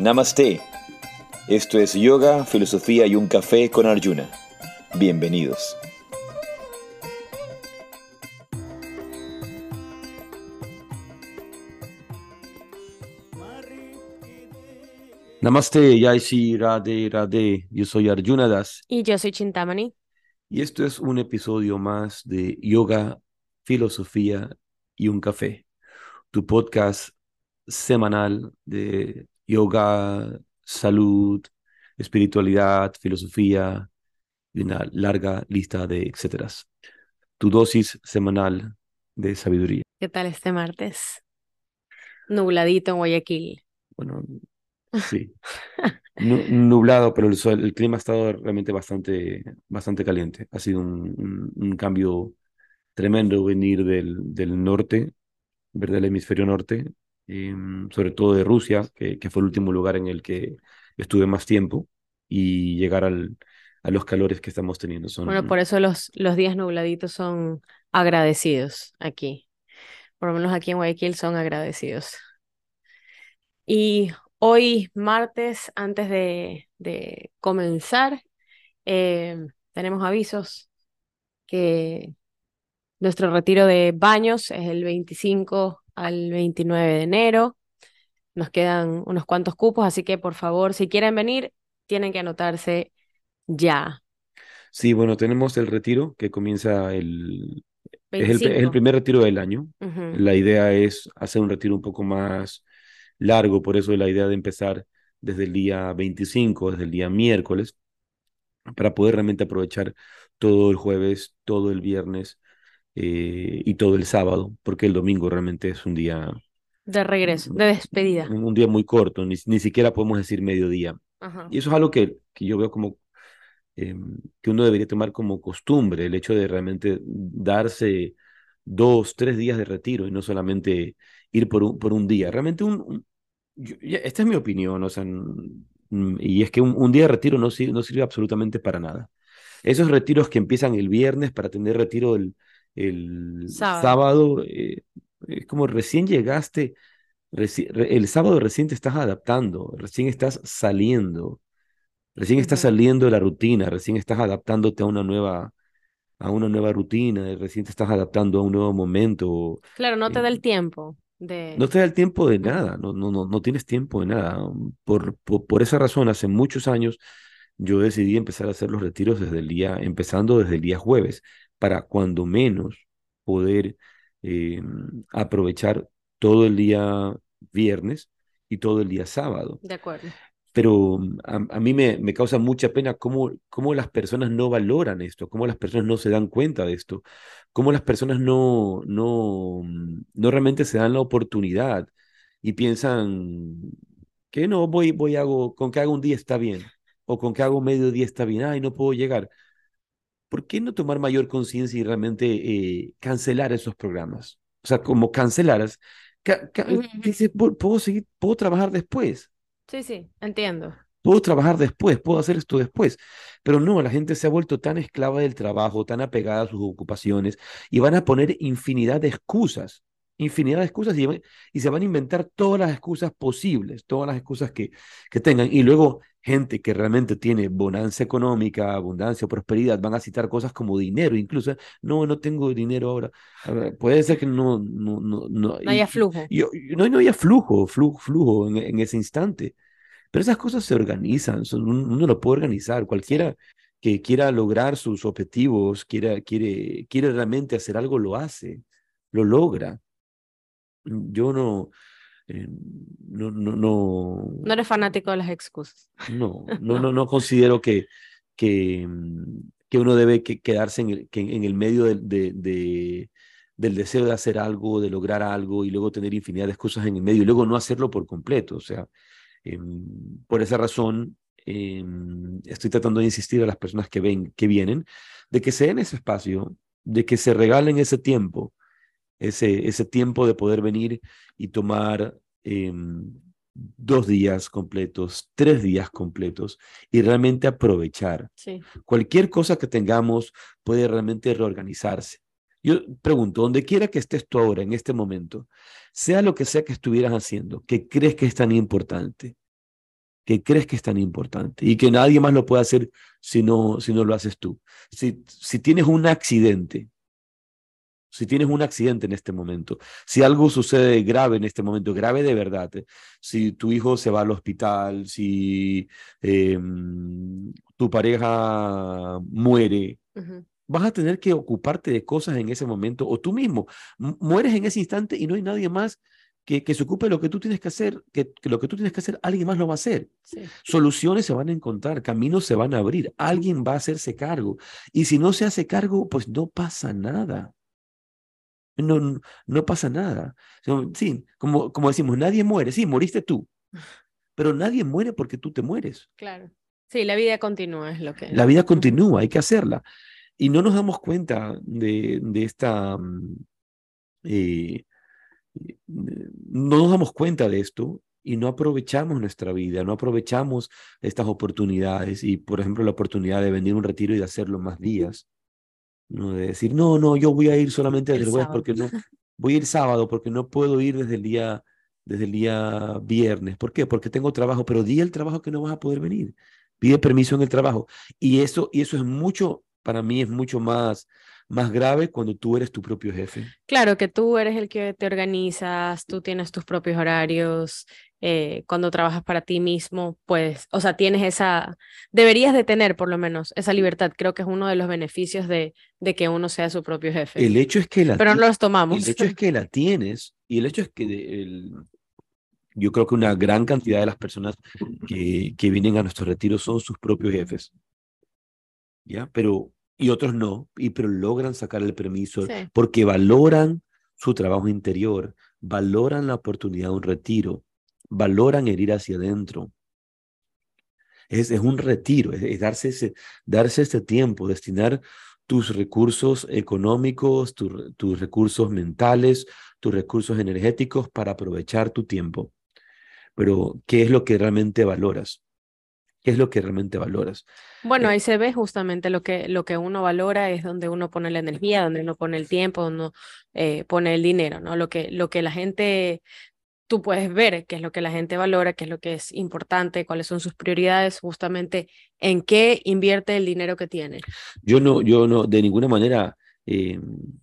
Namaste. Esto es Yoga, Filosofía y un Café con Arjuna. Bienvenidos. Namaste, Yaishi, Radhe, Radhe. Yo soy Arjuna Das Y yo soy Chintamani. y esto es un episodio más de Yoga, Filosofía y un Café, tu podcast semanal de yoga, salud, espiritualidad, filosofía y una larga lista de etcéteras. Tu dosis semanal de sabiduría. ¿Qué tal este martes? Nubladito en Guayaquil. Bueno, sí, nublado, pero el clima ha estado realmente bastante caliente. Ha sido un cambio tremendo venir del norte, ¿verdad? Del hemisferio norte, sobre todo de Rusia, que fue el último lugar en el que estuve más tiempo, y llegar a los calores que estamos teniendo. Bueno, por eso los días nubladitos son agradecidos aquí. Por lo menos aquí en Guayaquil son agradecidos. Y hoy, martes, antes de comenzar, eh, tenemos avisos que nuestro retiro de baños es el 25 al 29 de enero. Nos quedan unos cuantos cupos, así que por favor, si quieren venir, tienen que anotarse ya. Sí, bueno, tenemos el retiro que comienza es el 25. primer retiro del año. Ujú. La idea es hacer un retiro un poco más largo, por eso la idea de empezar desde el día 25, desde el día miércoles, para poder realmente aprovechar todo el jueves, todo el viernes y todo el sábado, porque el domingo realmente es De regreso, de despedida. un día muy corto, ni siquiera podemos decir mediodía. Ajá. Y eso es algo que yo veo como que uno debería tomar como costumbre, el hecho de realmente darse 2, 3 días de retiro y no solamente ir por un día. Realmente esta es mi opinión, o sea, y es que un día de retiro no sirve absolutamente para nada. Esos retiros que empiezan el viernes para tener retiro el Sábado. sábado, es como recién llegaste, el sábado recién te estás adaptando, recién estás saliendo. Recién estás Ujú. saliendo de la rutina, recién estás adaptándote a una nueva rutina, recién te estás adaptando a un nuevo momento. Claro, no te eh, da el tiempo no de... te da el tiempo de Ujú. nada, no tienes tiempo de nada. Por esa razón, hace muchos años yo decidí empezar a hacer los retiros empezando desde el día jueves, para cuando menos poder eh, aprovechar todo el día viernes y todo el día sábado. De acuerdo. Pero a mí me causa mucha pena cómo las personas no valoran esto, cómo las personas no se dan cuenta de esto, cómo las personas no realmente se dan la oportunidad y piensan que no, con que hago un día está bien, o con que hago medio día está bien, ay, no puedo llegar. ¿Por qué no tomar mayor conciencia y realmente cancelar esos programas? O sea, como cancelaras, Ujú, ujú. dice, puedo seguir, puedo trabajar después. Sí, sí, entiendo. Puedo trabajar después, puedo hacer esto después. Pero no, la gente se ha vuelto tan esclava del trabajo, tan apegada a sus ocupaciones, y van a poner infinidad de excusas, y se van a inventar todas las excusas posibles, todas las excusas que tengan. Y luego gente que realmente tiene bonanza económica, abundancia o prosperidad, van a citar cosas como dinero, incluso, no tengo dinero ahora. A ver, puede ser que no, No haya flujo. no haya flujo en ese instante. Pero esas cosas se organizan, uno lo puede organizar. Sí. Cualquiera que quiera lograr sus objetivos, quiere realmente hacer algo, lo hace, lo logra. Yo eh, No eres fanático de las excusas. no considero que uno debe quedarse en el medio del deseo de hacer algo, de lograr algo, y luego tener infinidad de excusas en el medio y luego no hacerlo por completo. O sea, por esa razón, estoy tratando de insistir a las personas que vienen, de que se den ese espacio, de que se regalen ese tiempo de poder venir y tomar 2 días completos, 3 días completos, y realmente aprovechar. Sí. Cualquier cosa que tengamos puede realmente reorganizarse. Yo pregunto, donde quiera que estés tú ahora, en este momento, sea lo que sea que estuvieras haciendo, que crees que es tan importante, que crees que es tan importante y que nadie más lo puede hacer si no lo haces tú. Si tienes un accidente, si tienes un accidente en este momento, si algo sucede grave en este momento, grave de verdad, si tu hijo se va al hospital, si tu pareja muere, Ujú. vas a tener que ocuparte de cosas en ese momento o tú mismo mueres en ese instante y no hay nadie más que se ocupe de lo que tú tienes que hacer, que lo que tú tienes que hacer, alguien más lo va a hacer. Sí, Soluciones se van a encontrar, caminos se van a abrir, alguien va a hacerse cargo. Y si no se hace cargo, pues no pasa nada. No pasa nada. Sí, como decimos, nadie muere. Sí, moriste tú, pero nadie muere porque tú te mueres. claro. Sí, la vida continúa, es lo que... La vida Ujú. continúa, hay que hacerla. Y no nos damos cuenta de esta, eh, no nos damos cuenta de esto y no aprovechamos nuestra vida, no aprovechamos estas oportunidades y, por ejemplo, la oportunidad de venir a un retiro y de hacerlo más días, ¿no? De decir, no, yo voy a ir solamente desde El el jueves sábado. porque no, voy a ir sábado porque no puedo ir desde el día viernes. ¿Por qué? Porque tengo trabajo, pero di el trabajo que no vas a poder venir. Pide permiso en el trabajo. Y eso es mucho, para mí es mucho más grave cuando tú eres tu propio jefe. Claro que tú eres el que te organizas, tú tienes tus propios horarios, cuando trabajas para ti mismo, pues, o sea, tienes esa, deberías de tener por lo menos esa libertad. Creo que es uno de los beneficios de que uno sea su propio jefe, El hecho es que pero no los el tomamos. hecho es que la tienes y el hecho es que yo creo que una gran cantidad de las personas que vienen a nuestros retiros son sus propios jefes, ¿ya? Y otros no, pero logran sacar el permiso Sí. porque valoran su trabajo interior, valoran la oportunidad de un retiro, valoran el ir hacia adentro. Es un retiro, es darse ese tiempo, destinar tus recursos económicos, tus recursos mentales, tus recursos energéticos para aprovechar tu tiempo. Pero, ¿qué es lo que realmente valoras? ¿Qué es lo que realmente valoras? Bueno, Eh, ahí se ve justamente lo que uno valora es donde uno pone la energía, donde uno pone el tiempo, donde uno pone el dinero, ¿no? Lo que la gente tú puedes ver qué es lo que la gente valora, qué es lo que es importante, cuáles son sus prioridades, justamente en qué invierte el dinero que tiene. yo no, de ninguna manera eh,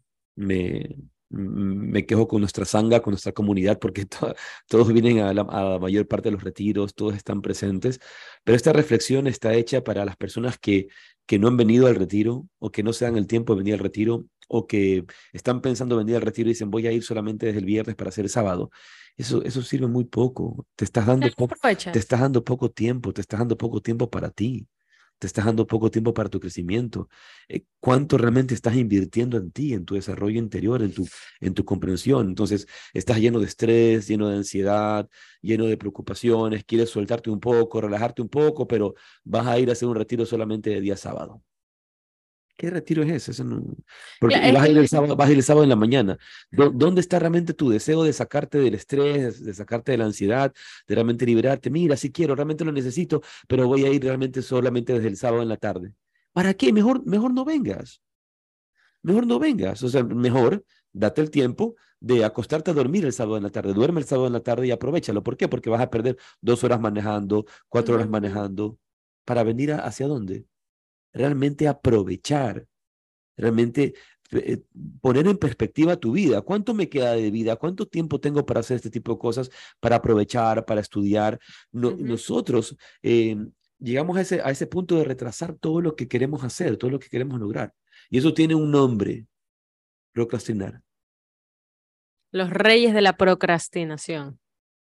me, me quejo con nuestra sanga, con nuestra comunidad, porque todos vienen a la mayor parte de los retiros, todos están presentes, pero esta reflexión está hecha para las personas que no han venido al retiro o que no se dan el tiempo de venir al retiro o que están pensando venir al retiro y dicen voy a ir solamente desde el viernes para hacer el sábado. Eso sirve muy poco. Te Aprovechas. estás dando poco tiempo, te estás dando poco tiempo para ti. Te estás dando poco tiempo para tu crecimiento. ¿Cuánto realmente estás invirtiendo en ti, en tu desarrollo interior, en tu comprensión? Entonces, estás lleno de estrés, lleno de ansiedad, lleno de preocupaciones, quieres soltarte un poco, relajarte un poco, pero vas a ir a hacer un retiro solamente de día sábado. ¿Qué retiro es ese? Porque, y Es vas a que ir el sábado, vas a ir el sábado en la mañana. ¿Dónde está realmente tu deseo de sacarte del estrés, de sacarte de la ansiedad, de realmente liberarte? Mira, si quiero, realmente lo necesito, pero voy a ir realmente solamente desde el sábado en la tarde. ¿Para qué? Mejor no vengas. Mejor no vengas. O sea, mejor date el tiempo de acostarte a dormir el sábado en la tarde. Duerme el sábado en la tarde y aprovéchalo. ¿Por qué? Porque vas a perder 2 horas manejando, 4 horas ujú. manejando. ¿Para venir hacia dónde? Realmente aprovechar realmente eh, poner en perspectiva tu vida. ¿Cuánto me queda de vida? ¿Cuánto tiempo tengo para hacer este tipo de cosas, para aprovechar, para estudiar? Ujú. Nosotros llegamos a ese punto de retrasar todo lo que queremos hacer, todo lo que queremos lograr. Y eso tiene un nombre, procrastinar. Los reyes de la procrastinación.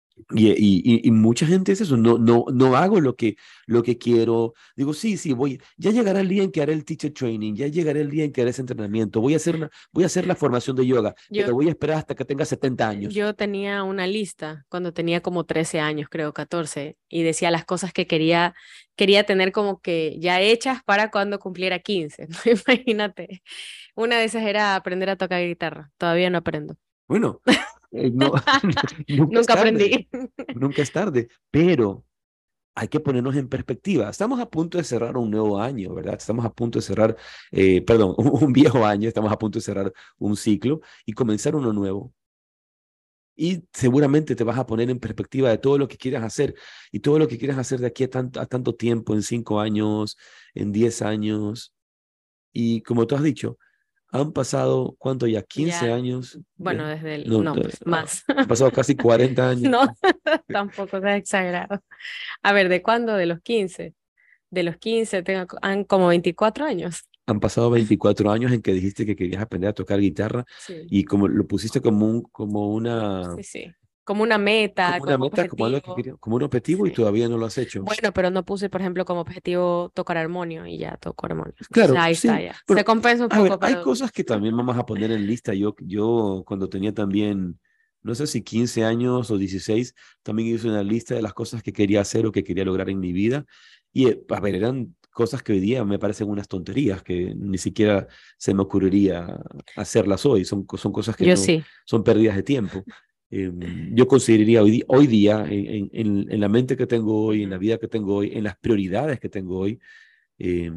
Y mucha gente es eso, no hago lo que quiero. Digo, sí, ya llegará el día en que haré el teacher training, ya llegará el día en que haré ese entrenamiento, voy a hacer la formación de yoga, Yo, pero voy a esperar hasta que tenga 70 años. yo tenía una lista cuando tenía como 13 años, creo, 14 y decía las cosas que quería tener como que ya hechas para cuando cumpliera 15. ¿No? Imagínate. Una de esas era aprender a tocar guitarra. Todavía no aprendo. Bueno, no, nunca es Nunca tarde, aprendí. nunca es tarde, pero hay que ponernos en perspectiva. Estamos a punto de cerrar un nuevo año, ¿verdad? Estamos a punto de cerrar, perdón, un viejo año, estamos a punto de cerrar un ciclo y comenzar uno nuevo. y seguramente te vas a poner en perspectiva de todo lo que quieras hacer y todo lo que quieras hacer de aquí a tanto tiempo, en 5 años, en 10 años. Y como tú has dicho, han pasado, ¿cuánto ya? 15 Ya, años. bueno, desde el, No, no, pues más. han pasado casi 40 años. No, tampoco sea exagerado. A ver, ¿de cuándo? De los 15. De los 15 tengo, han como 24 años. Han pasado 24 años en que dijiste que querías aprender a tocar guitarra Sí, y como lo pusiste como una, sí, sí. Como una meta, como una como meta, como algo que objetivo. quería, como un objetivo y Sí. todavía no lo has hecho. Bueno, pero no puse, por ejemplo, como objetivo tocar armonio y ya toco armonio. Entonces Claro, ahí está sí, ya. Se pero compensa un a ver, poco, hay pero cosas que también vamos a poner en lista. Yo cuando tenía también, no sé si 15 años o 16, también hice una lista de las cosas que quería hacer o que quería lograr en mi vida. Y, a ver, eran cosas que hoy día me parecen unas tonterías, que ni siquiera se me ocurriría hacerlas hoy. Son cosas que yo no, sí. son pérdidas de tiempo. Yo consideraría hoy día en la mente que tengo hoy, en la Ujú, vida que tengo hoy, en las prioridades que tengo hoy, eh,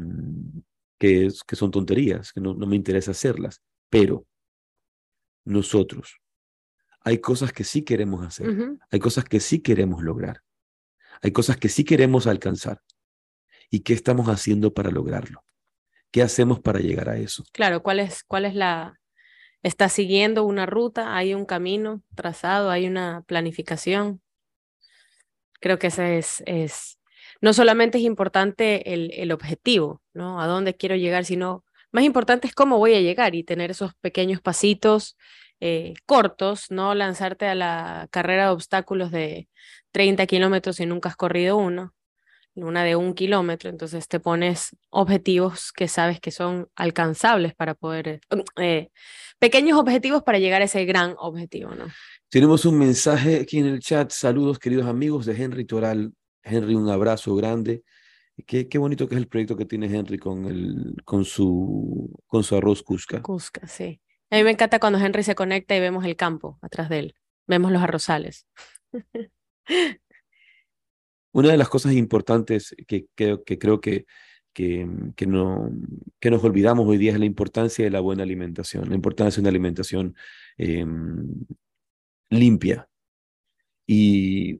que son tonterías, que no me interesa hacerlas. Pero nosotros, hay cosas que sí queremos hacer, ujú. hay cosas que sí queremos lograr, hay cosas que sí queremos alcanzar. ¿Y qué estamos haciendo para lograrlo? ¿Qué hacemos para llegar a eso? Claro, cuál es la, está siguiendo una ruta, hay un camino trazado, hay una planificación. Creo que ese no solamente es importante el objetivo, ¿no? A dónde quiero llegar, sino más importante es cómo voy a llegar y tener esos pequeños pasitos cortos, no lanzarte a la carrera de obstáculos de 30 kilómetros si nunca has corrido uno, una de 1 kilómetro, entonces te pones objetivos que sabes que son alcanzables para poder, pequeños objetivos para llegar a ese gran objetivo, ¿no? Tenemos un mensaje aquí en el chat. Saludos, queridos amigos de Henry Toral. Henry, un abrazo grande. Qué bonito que es el proyecto que tiene Henry con su arroz Cusca. Cusca, sí. A mí me encanta cuando Henry se conecta y vemos el campo atrás de él. Vemos los arrozales. Una de las cosas importantes que creo que, que, no, que nos olvidamos hoy día es la importancia de la buena alimentación, la importancia de una alimentación eh, limpia. Y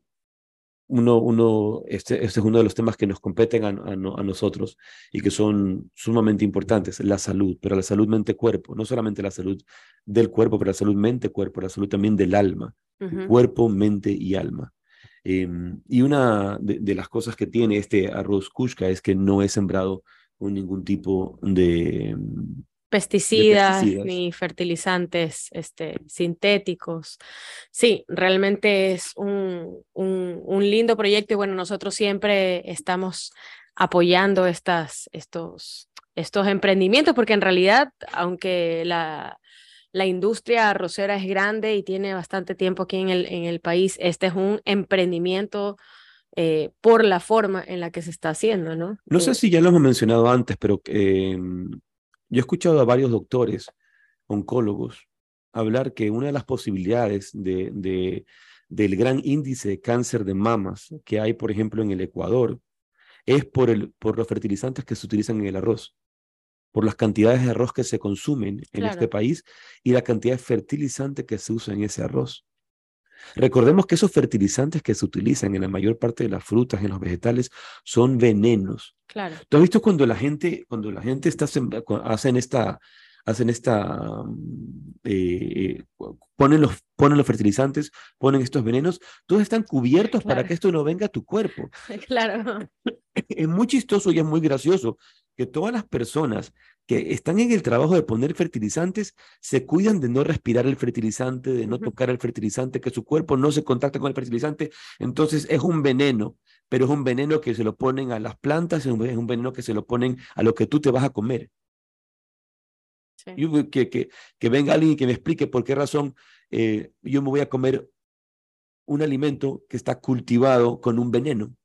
este es uno de los temas que nos competen a nosotros y que son sumamente importantes, la salud, pero la salud mente-cuerpo, no solamente la salud del cuerpo, pero la salud mente-cuerpo, la salud también del alma, Ujú. cuerpo, mente y alma. Y una de las cosas que tiene este arroz kushka es que no es sembrado con ningún tipo de Pesticidas pesticidas. ni fertilizantes sintéticos. Sí, realmente es un lindo proyecto y bueno, nosotros siempre estamos apoyando estos emprendimientos porque en realidad, aunque la industria arrocera es grande y tiene bastante tiempo aquí en el país, este es un emprendimiento por la forma en la que se está haciendo, ¿no? No sé si ya lo hemos mencionado antes, pero yo he escuchado a varios doctores, oncólogos, hablar que una de las posibilidades del gran índice de cáncer de mamas que hay, por ejemplo, en el Ecuador, es por los fertilizantes que se utilizan en el arroz, por las cantidades de arroz que se consumen en este Claro, país y la cantidad de fertilizante que se usa en ese arroz. Recordemos que esos fertilizantes que se utilizan en la mayor parte de las frutas, en los vegetales, son venenos. claro. ¿Tú has visto cuando la gente hacen esta, ponen los fertilizantes, ponen estos venenos, todos están cubiertos para Claro, que esto no venga a tu cuerpo? claro. Es muy chistoso y es muy gracioso que todas las personas que están en el trabajo de poner fertilizantes se cuidan de no respirar el fertilizante, de no Ujú. tocar el fertilizante, que su cuerpo no se contacte con el fertilizante. Entonces es un veneno, pero es un veneno que se lo ponen a las plantas, es un veneno que se lo ponen a lo que tú te vas a comer. Sí. Que venga alguien y que me explique por qué razón yo me voy a comer un alimento que está cultivado con un veneno.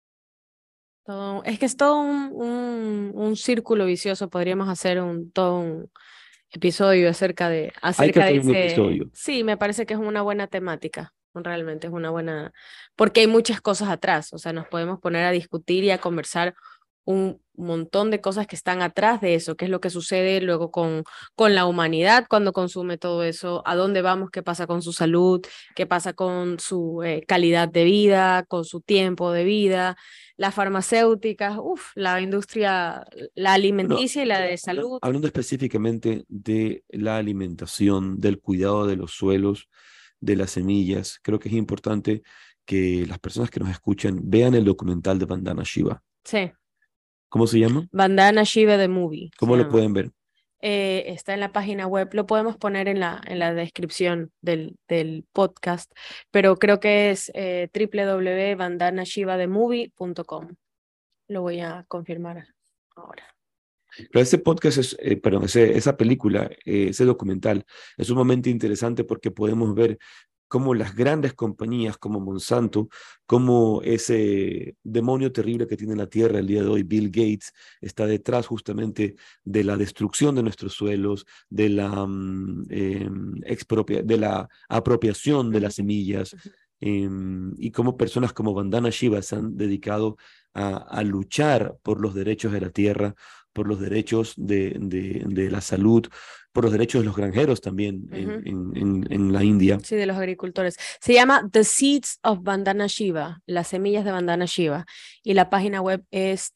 Es que es todo un círculo vicioso. Podríamos hacer todo un episodio Hay que acerca de hacer un ese. episodio. Sí, me parece que es una buena temática. Realmente es una buena, porque hay muchas cosas atrás. O sea, nos podemos poner a discutir y a conversar un montón de cosas que están atrás de eso, qué es lo que sucede luego con la humanidad cuando consume todo eso, a dónde vamos, qué pasa con su salud, qué pasa con su calidad de vida, con su tiempo de vida, las farmacéuticas, la industria, la Bueno, alimenticia y la de salud. hablando específicamente de la alimentación, del cuidado de los suelos, de las semillas, creo que es importante que las personas que nos escuchan vean el documental de Vandana Shiva. Sí, ¿Cómo se llama? Bandana Shiva the Movie se ¿Cómo lo llama. pueden ver? Está en la página web, lo podemos poner en la descripción del podcast, pero creo que es www.bandanashivathemovie.com. Lo voy a confirmar ahora. Pero ese podcast perdón, esa película, ese documental, es sumamente interesante porque podemos ver cómo las grandes compañías como Monsanto, como ese demonio terrible que tiene la Tierra el día de hoy, Bill Gates, está detrás justamente de la destrucción de nuestros suelos, de la, de la apropiación de Ujú, las semillas, ujú, y cómo personas como Vandana Shiva se han dedicado a luchar por los derechos de la tierra, por los derechos de la salud, por los derechos de los granjeros también ujú. en la India. Sí, de los agricultores. Se llama The Seeds of Bandana Shiva, las semillas de Bandana Shiva. Y la página web es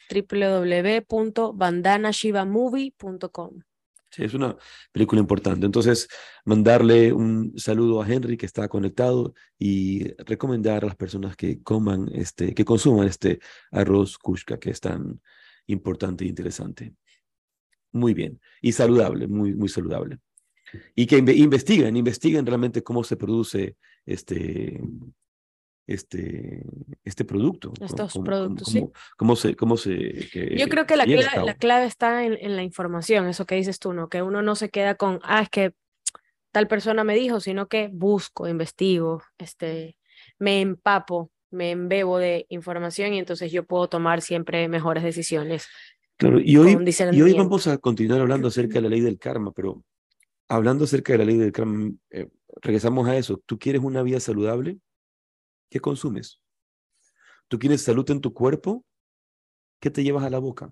www.bandanashivamovie.com. Sí, es una película importante. Entonces, mandarle un saludo a Henry que está conectado y recomendar a las personas que coman que consuman este arroz kushka que es tan importante e interesante. Muy bien. Y saludable, muy, muy saludable. Y que investiguen realmente cómo se produce este, este, este producto, Estos productos, sí. Yo creo que se lleva a la cabo. clave está en la información, eso que dices tú, ¿no? Que uno no se queda con, es que tal persona me dijo, sino que busco, investigo, me empapo, me embebo de información y entonces yo puedo tomar siempre mejores decisiones Claro, con y hoy discernimiento. vamos a continuar hablando acerca de la ley del karma, pero hablando acerca de la ley del karma, regresamos a eso. ¿Tú quieres una vida saludable? ¿Qué consumes? ¿Tú quieres salud en tu cuerpo? ¿Qué te llevas a la boca?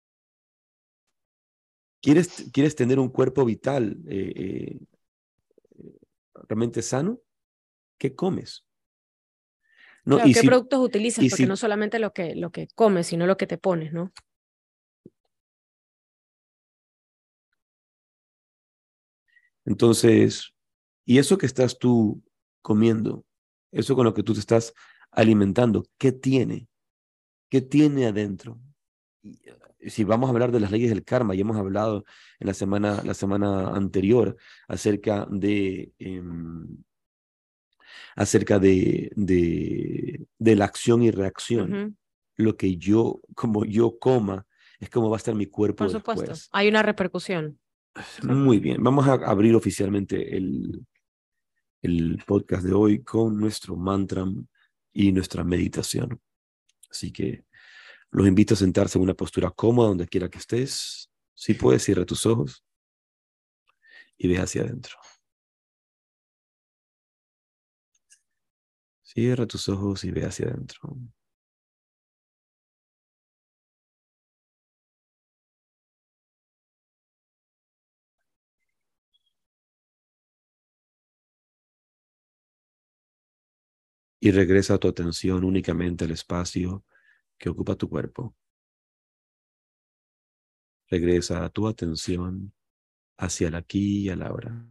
¿Quieres tener un cuerpo vital, realmente sano? ¿Qué comes? No, Claro, ¿qué productos utilizas? y Porque no si, solamente lo que comes, sino lo que te pones, ¿no? entonces, y eso que estás tú comiendo, eso con lo que tú te estás alimentando, ¿qué tiene? ¿Qué tiene adentro? Y, si vamos a hablar de las leyes del karma, ya hemos hablado en la semana anterior acerca de la acción y reacción. Ujú, Lo que yo, como yo coma, es como va a estar mi por cuerpo supuesto, después. hay una repercusión. Sí. Muy bien, vamos a abrir oficialmente el podcast de hoy con nuestro mantra y nuestra meditación. Así que los invito a sentarse en una postura cómoda donde quiera que estés. Si puedes, cierra tus ojos y ve hacia adentro. Cierra tus ojos y ve hacia adentro. Y regresa tu atención únicamente al espacio que ocupa tu cuerpo. Regresa tu atención hacia el aquí y el ahora.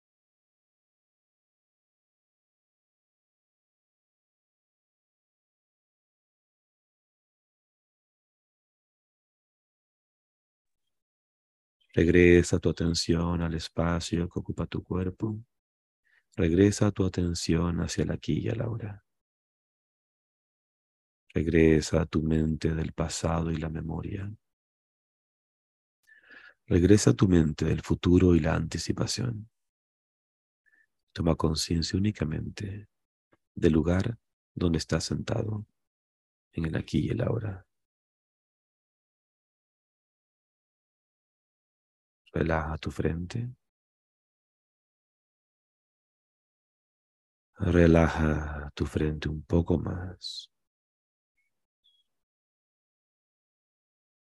Regresa tu atención al espacio que ocupa tu cuerpo. Regresa tu atención hacia el aquí y el ahora. Regresa a tu mente del pasado y la memoria. Regresa a tu mente del futuro y la anticipación. Toma conciencia únicamente del lugar donde estás sentado, en el aquí y el ahora. Relaja tu frente. Relaja tu frente un poco más.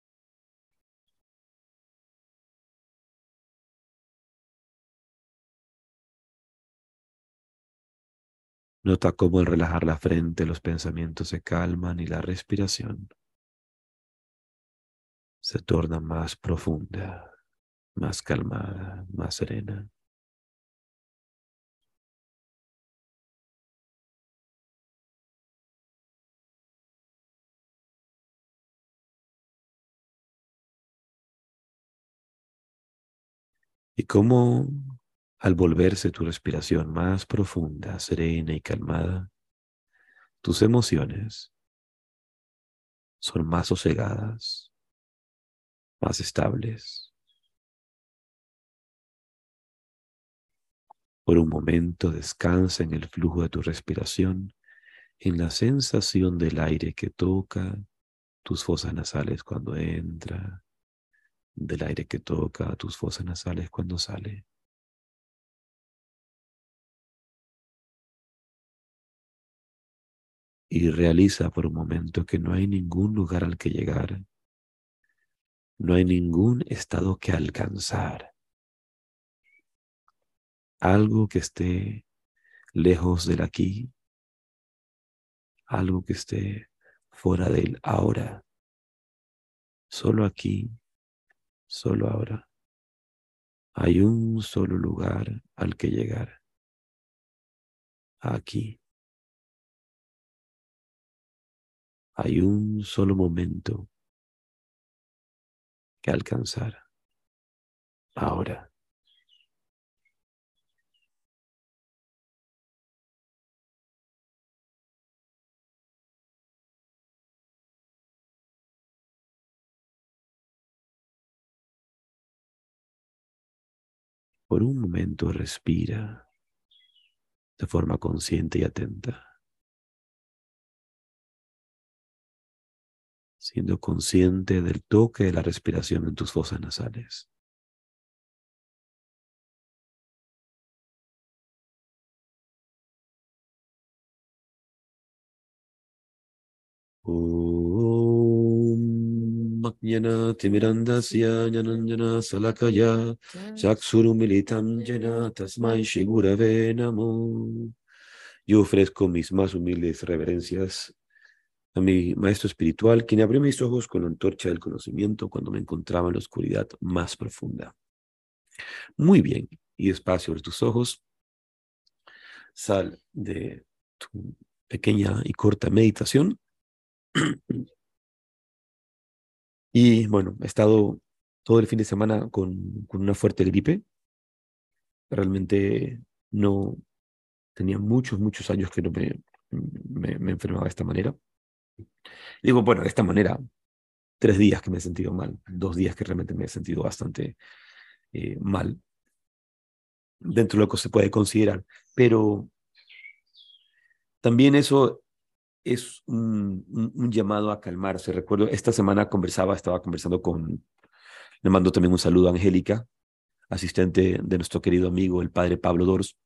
Nota cómo al relajar la frente los pensamientos se calman y la respiración se torna más profunda, más calmada, más serena. Y cómo al volverse tu respiración más profunda, serena y calmada, tus emociones son más sosegadas, más estables. Por un momento descansa en el flujo de tu respiración, en la sensación del aire que toca tus fosas nasales cuando entra, del aire que toca tus fosas nasales cuando sale. Y realiza por un momento que no hay ningún lugar al que llegar, no hay ningún estado que alcanzar, algo que esté lejos del aquí, algo que esté fuera del ahora, solo aquí, solo ahora. Hay un solo lugar al que llegar, aquí. Hay un solo momento que alcanzar, ahora. Por un momento respira de forma consciente y atenta, siendo consciente del toque de la respiración en tus fosas nasales. Om Jnana Timirandasya Jnananjana Salakaya Chakshurumilitam Jena Tasmai Shigurave Namo. Yo ofrezco mis más humildes reverencias a mi maestro espiritual, quien abrió mis ojos con la antorcha del conocimiento cuando me encontraba en la oscuridad más profunda. Muy bien, y despacio sobre tus ojos, sal de tu pequeña y corta meditación. Y bueno, he estado todo el fin de semana con una fuerte gripe. Realmente no tenía muchos años que no me enfermaba de esta manera. Digo, bueno, de esta manera, 3 días que me he sentido mal, 2 días que realmente me he sentido bastante mal, dentro de lo que se puede considerar. Pero también eso es un llamado a calmarse. Recuerdo, esta semana estaba conversando le mando también un saludo a Angélica, asistente de nuestro querido amigo, el padre Pablo Dors,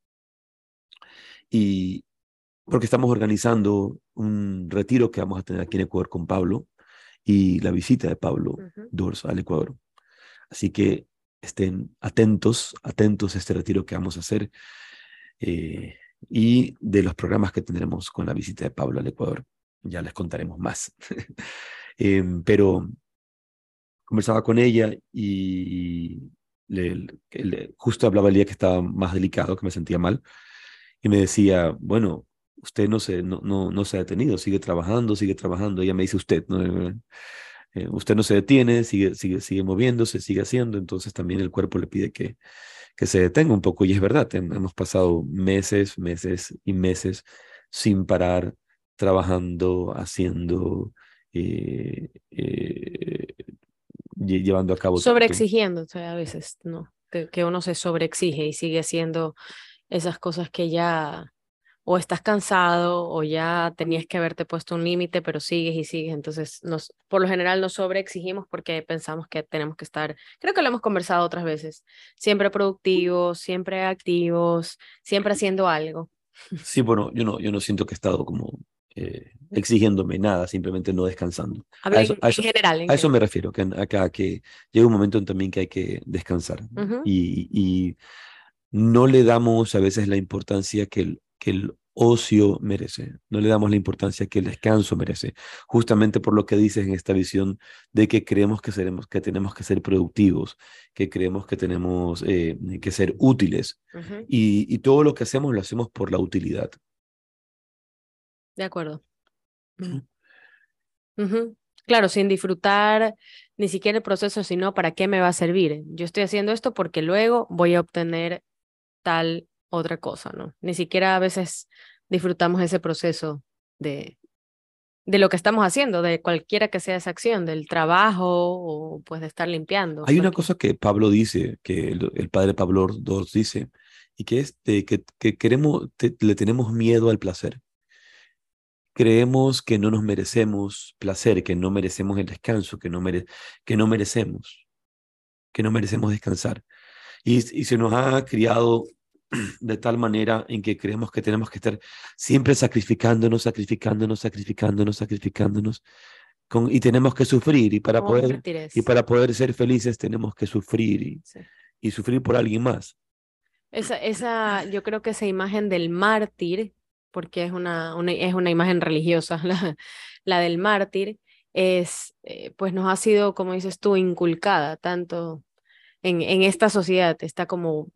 y porque estamos organizando un retiro que vamos a tener aquí en Ecuador con Pablo y la visita de Pablo Dors al Ecuador. Así que estén atentos a este retiro que vamos a hacer eh, y de los programas que tendremos con la visita de Pablo al Ecuador. Ya les contaremos más. Pero conversaba con ella y justo hablaba el día que estaba más delicado, que me sentía mal, y me decía, bueno, usted no se ha detenido, sigue trabajando, sigue trabajando. Ella me dice usted, ¿no? Usted no se detiene, sigue moviéndose, sigue haciendo, entonces también el cuerpo le pide que se detenga un poco. Y es verdad, hemos pasado meses y meses sin parar, trabajando, haciendo, eh, eh, llevando a cabo. Sobreexigiéndose a veces, ¿no? Que uno se sobreexige y sigue haciendo esas cosas que ya o estás cansado o ya tenías que haberte puesto un límite, pero sigues y sigues. Entonces, por lo general nos sobreexigimos porque pensamos que tenemos que estar, creo que lo hemos conversado otras veces, siempre productivos, siempre activos, siempre haciendo algo. Sí, bueno, yo no siento que he estado como exigiéndome nada, simplemente no descansando. Habla en general, en A eso general. me refiero, que llega un momento en también que hay que descansar Ujú. y no le damos a veces la importancia que el ocio merece, no le damos la importancia que el descanso merece, justamente por lo que dices en esta visión de que creemos que tenemos que ser productivos, que creemos que tenemos que ser útiles Ujú, y todo lo que hacemos lo hacemos por la utilidad. de acuerdo. ¿No? Ujú. Claro, sin disfrutar ni siquiera el proceso, sino para qué me va a servir. Yo estoy haciendo esto porque luego voy a obtener tal otra cosa, ¿no? Ni siquiera a veces disfrutamos ese proceso de, de lo que estamos haciendo, de cualquiera que sea esa acción, del trabajo o pues de estar limpiando, Hay una cualquier. cosa que Pablo dice, que el padre Pablo II dice, y que es que queremos, le tenemos miedo al placer. Creemos que no nos merecemos placer, que no merecemos el descanso, que no merecemos, que no merecemos descansar. Y se nos ha criado de tal manera en que creemos que tenemos que estar siempre sacrificándonos, sacrificándonos, sacrificándonos, sacrificándonos, y tenemos que sufrir, Como y mártires. para poder ser felices tenemos que sufrir Sí. y sufrir por alguien más. Yo creo que esa imagen del mártir, porque es es una imagen religiosa, la del mártir, pues nos ha sido, como dices tú, inculcada tanto en esta sociedad, está como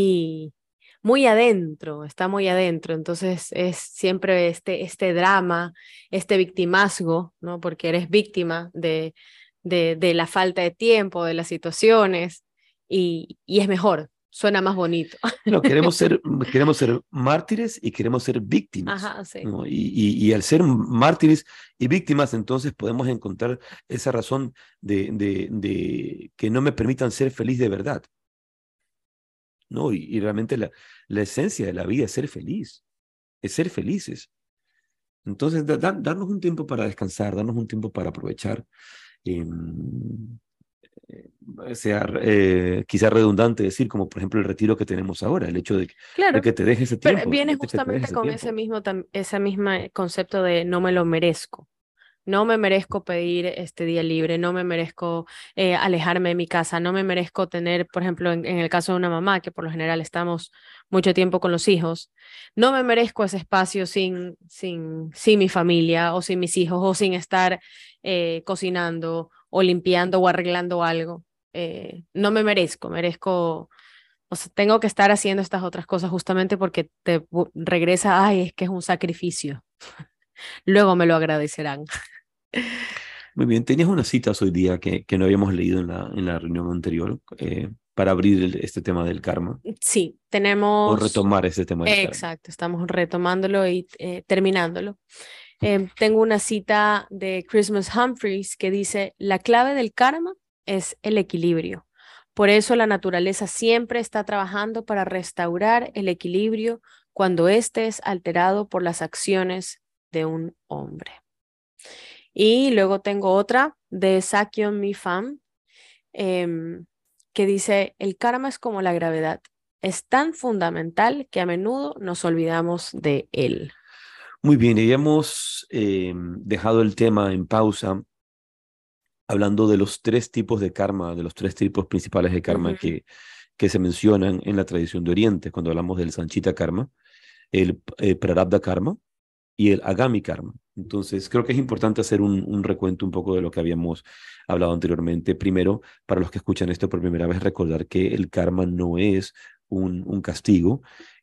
muy adentro, está muy adentro. Entonces es siempre este drama, este victimazgo, ¿no? Porque eres víctima de la falta de tiempo, de las situaciones, y es mejor, suena más bonito. No, queremos ser mártires y queremos ser víctimas, Ajá, sí. ¿no? Y al ser mártires y víctimas, entonces podemos encontrar esa razón de que no me permitan ser feliz de verdad, ¿no? Y realmente la esencia de la vida es ser felices. Entonces, darnos un tiempo para descansar, darnos un tiempo para aprovechar. eh, sea quizá redundante decir, como por ejemplo el retiro que tenemos ahora, el hecho de Claro, que te dejes ese pero tiempo, viene realmente que te dejes justamente ese con ese tiempo. mismo, ese mismo concepto de no me lo merezco. No me merezco pedir este día libre, no me merezco alejarme de mi casa, no me merezco tener, por ejemplo, en el caso de una mamá, que por lo general estamos mucho tiempo con los hijos, no me merezco ese espacio sin mi familia o sin mis hijos o sin estar cocinando o limpiando o arreglando algo. No me merezco, o sea, tengo que estar haciendo estas otras cosas justamente porque regresa, ay, es que es un sacrificio. Luego me lo agradecerán. Muy bien, tenías unas citas hoy día que no habíamos leído en la reunión anterior para abrir este tema del karma Sí, o tenemos, retomar este tema del karma. exacto, estamos retomándolo y terminándolo. Tengo una cita de Christmas Humphreys que dice, la clave del karma es el equilibrio. Por eso la naturaleza siempre está trabajando para restaurar el equilibrio cuando éste es alterado por las acciones de un hombre. Y luego tengo otra de Sakyon Mifam, em, que dice, el karma es como la gravedad, es tan fundamental que a menudo nos olvidamos de él. Muy bien, y hemos dejado el tema en pausa hablando de los tres tipos de karma, de los tres tipos principales de karma Ujú. que se mencionan en la tradición de Oriente, cuando hablamos del Sanchita karma, el Prarabdha karma y el Agami karma. Entonces, creo que es importante hacer un recuento un poco de lo que habíamos hablado anteriormente. Primero, para los que escuchan esto por primera vez, recordar que el karma no es un castigo.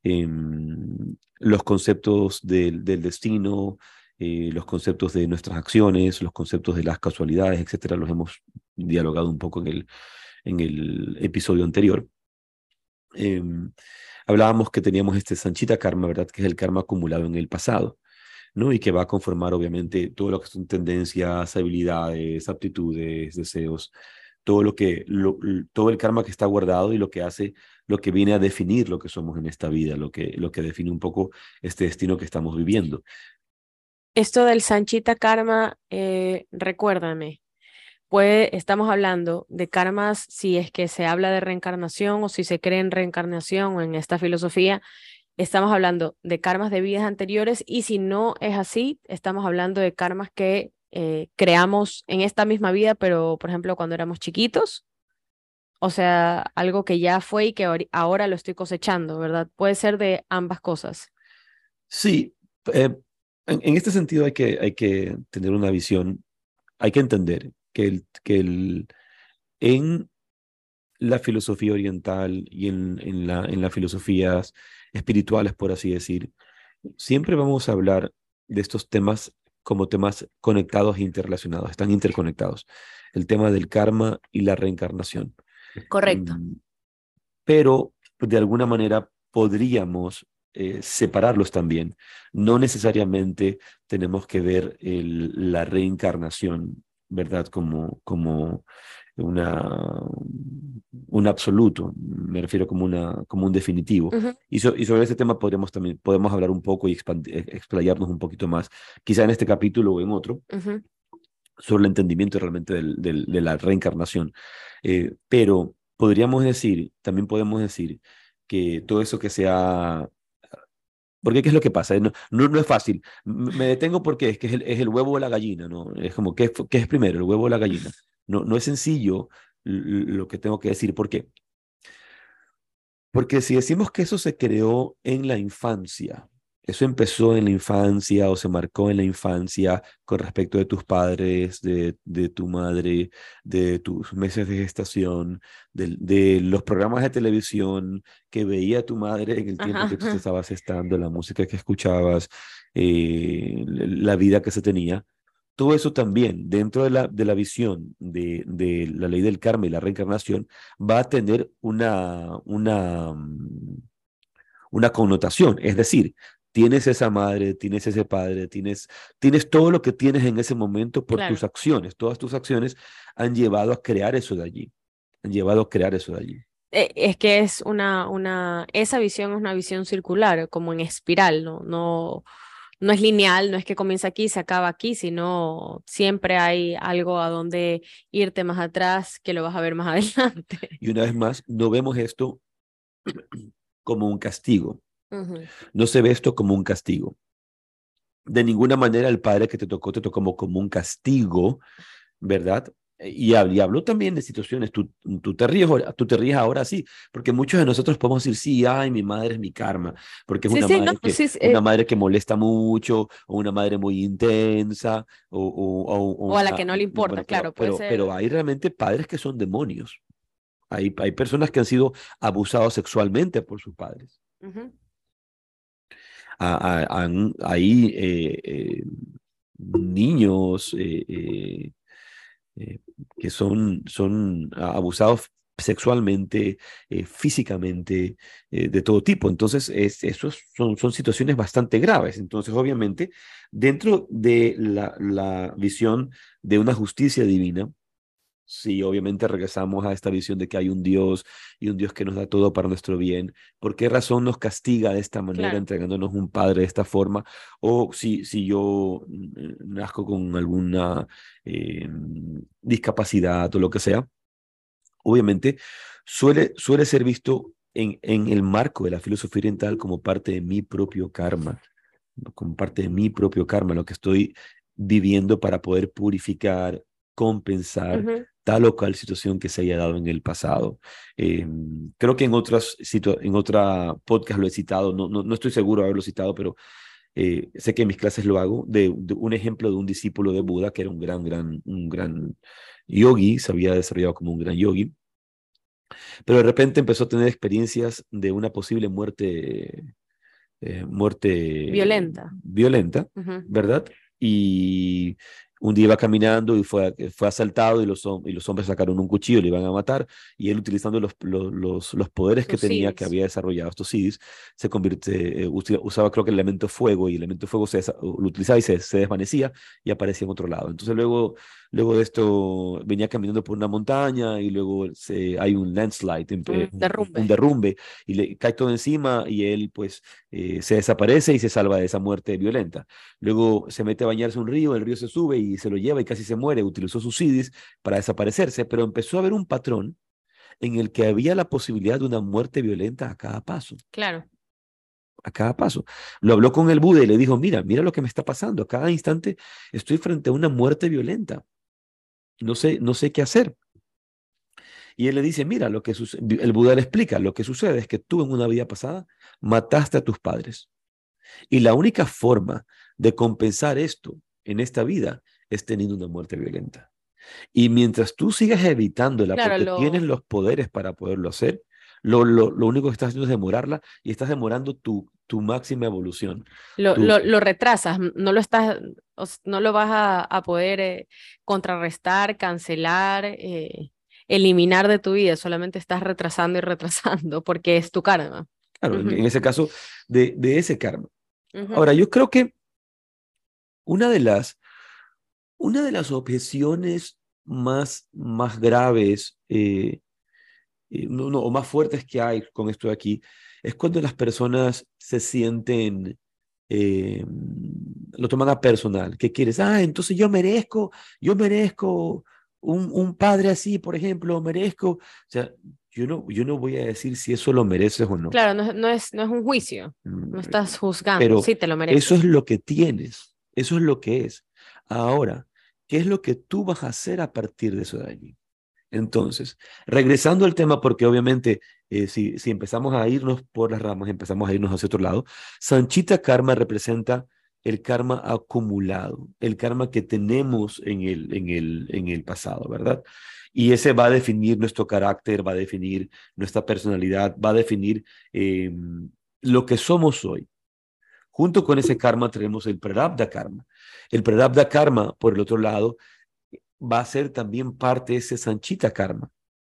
Los conceptos del destino, los conceptos de nuestras acciones, los conceptos de las casualidades, etcétera, los hemos dialogado un poco en el episodio anterior. Em, Hablábamos que teníamos este Sanchita karma, ¿verdad? Que es el karma acumulado en el pasado, ¿no? Y que va a conformar obviamente todo lo que son tendencias, habilidades, aptitudes, deseos, todo el karma que está guardado y lo que hace, lo que viene a definir lo que somos en esta vida, lo que define un poco este destino que estamos viviendo. Esto del Sanchita Karma, recuérdame, pues estamos hablando de karmas si es que se habla de reencarnación o si se cree en reencarnación o en esta filosofía, estamos hablando de karmas de vidas anteriores y si no es así, estamos hablando de karmas que creamos en esta misma vida, pero por ejemplo cuando éramos chiquitos, o sea, algo que ya fue y que ahora lo estoy cosechando, ¿verdad? Puede ser de ambas cosas. Sí, eh, en este sentido hay que tener una visión, hay que entender en la filosofía oriental y en las filosofías espirituales, por así decir, siempre vamos a hablar de estos temas como temas conectados e interrelacionados, están interconectados. El tema del karma y la reencarnación. Correcto. Mm, pero de alguna manera podríamos separarlos también. No necesariamente tenemos que ver la reencarnación, ¿verdad? Como una, un absoluto, me refiero como un definitivo. Ujú, Y sobre ese tema podemos hablar un poco y explayarnos un poquito más, quizá en este capítulo o en otro, ujú. sobre el entendimiento realmente de la reencarnación. Pero también podemos decir que todo eso que sea... Porque ¿qué es lo que pasa? No es fácil. Me detengo porque es que es el huevo o la gallina, ¿no? Es como, ¿qué es primero, el huevo o la gallina? No es sencillo lo que tengo que decir. ¿Por qué? Porque si decimos que eso se creó en la infancia, eso empezó en la infancia o se marcó en la infancia con respecto de tus padres, de tu madre, de tus meses de gestación, de los programas de televisión que veía tu madre en el tiempo Ajá. que tú te estabas gestando, la música que escuchabas, la vida que se tenía. Todo eso también, dentro de la visión de la ley del karma y la reencarnación, va a tener una connotación. Es decir, tienes esa madre, tienes ese padre, tienes todo lo que tienes en ese momento por tus Claro. acciones. Todas tus acciones han llevado a crear eso de allí. Han llevado a crear eso de allí. Es que es esa visión es una visión circular, como en espiral, ¿no? No es lineal, no es que comienza aquí y se acaba aquí, sino siempre hay algo a donde irte más atrás que lo vas a ver más adelante. Y una vez más, no vemos esto como un castigo. Ujú. No se ve esto como un castigo. De ninguna manera el padre que te tocó como un castigo, ¿verdad? Y habló también de situaciones, tú te ríes ahora sí, porque muchos de nosotros podemos decir, sí, ay, mi madre es mi karma, porque es Sí, sí, no, sí, sí, una madre que molesta mucho, o una madre muy intensa, o o a la que no le importa, bueno, claro, puede pero ser. hay realmente padres que son demonios. Hay personas que han sido abusados sexualmente por sus padres. Ujú, Hay niños eh, que son abusados sexualmente, físicamente, de todo tipo. Entonces, esos son situaciones bastante graves. Entonces, obviamente, dentro de la visión de una justicia divina, sí, obviamente regresamos a esta visión de que hay un Dios y un Dios que nos da todo para nuestro bien. ¿Por qué razón nos castiga de esta manera, claro. entregándonos un padre de esta forma? O si yo nazco con alguna discapacidad o lo que sea, obviamente suele ser visto en el marco de la filosofía oriental como parte de mi propio karma, ¿no? Como parte de mi propio karma, lo que estoy viviendo para poder purificar, compensar Ujú, tal o cual situación que se haya dado en el pasado. Eh, Creo que en otra podcast lo he citado, no estoy seguro de haberlo citado, pero sé que en mis clases lo hago, de un ejemplo de un discípulo de Buda que era un gran yogi, se había desarrollado como un gran yogi, pero de repente empezó a tener experiencias de una posible muerte violenta. violenta, Ujú. ¿verdad? Y un día iba caminando y fue asaltado y los hombres sacaron un cuchillo, le iban a matar y él utilizando los poderes que Sus tenía, que CDs. había desarrollado estos CDs, usaba creo que el elemento fuego y el elemento fuego lo utilizaba y se desvanecía y aparecía en otro lado. Entonces luego de esto venía caminando por una montaña y luego hay un landslide, Un un derrumbe. derrumbe y le cae todo encima y él pues se desaparece y se salva de esa muerte violenta. Luego se mete a bañarse en un río, el río se sube y se lo lleva y casi se muere. Utilizó sus CDs para desaparecerse, pero empezó a ver un patrón en el que había la posibilidad de una muerte violenta a cada paso, Claro. a cada paso. Lo habló con el Buda y le dijo, mira lo que me está pasando. A cada instante estoy frente a una muerte violenta. No sé qué hacer. Y él le dice, mira, el Buda le explica, lo que sucede es que tú en una vida pasada mataste a tus padres. Y la única forma de compensar esto en esta vida es teniendo una muerte violenta. Y mientras tú sigas evitándola Claro, porque tienes los poderes para poderlo hacer, lo único que estás haciendo es demorarla y estás demorando tu máxima evolución. Tu, lo retrasas, no lo estás, no lo vas a poder contrarrestar, cancelar, eliminar de tu vida, solamente estás retrasando y retrasando porque es tu karma. claro, Ujú, en ese caso, de ese karma. ujú. Ahora, yo creo que una de las, una de las objeciones más graves o más fuertes que hay con esto de aquí es cuando las personas se sienten, eh, lo toman a personal. ¿Qué quieres? Ah, entonces yo merezco un padre así, por ejemplo, merezco. O sea, yo no voy a decir si eso lo mereces o no. Claro, no es un juicio, Mm, no estás juzgando, Pero sí te lo eso es mereces. lo que tienes, eso es lo que es. Ahora, ¿qué es lo que tú vas a hacer a partir de eso de allí? Entonces, regresando al tema, porque obviamente si empezamos a irnos por las ramas, empezamos a irnos hacia otro lado, Sanchita Karma representa el karma acumulado, el karma que tenemos en el pasado, ¿verdad? Y ese va a definir nuestro carácter, va a definir nuestra personalidad, va a definir eh, lo que somos hoy. Junto con ese karma tenemos el Prarabdha Karma. El Prarabdha Karma, por el otro lado, va a ser también parte de ese Sanchita Karma.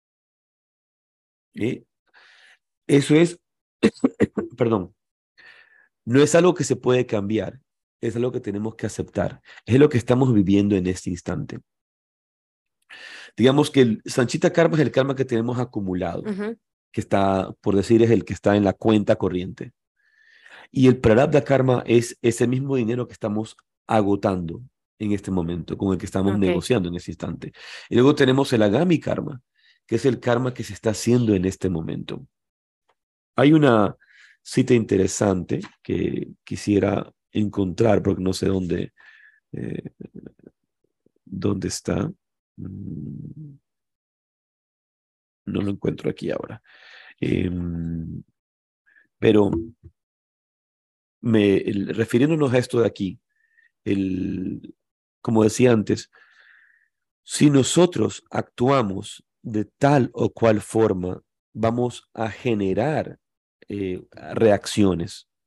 ¿Eh? Eso es, perdón, no es algo que se puede cambiar, es algo que tenemos que aceptar. Es lo que estamos viviendo en este instante. Digamos que el Sanchita Karma es el karma que tenemos acumulado, Ujú, que está, por decir, es el que está en la cuenta corriente. Y el Prarabdha Karma es ese mismo dinero que estamos agotando en este momento, con el que estamos ok. negociando en ese instante. Y luego tenemos el Agami Karma, que es el karma que se está haciendo en este momento. Hay una cita interesante que quisiera encontrar, porque no sé eh, dónde está. Mm, No lo encuentro aquí ahora. Pero refiriéndonos a esto de aquí, como decía antes, si nosotros actuamos de tal o cual forma, vamos a generar reacciones.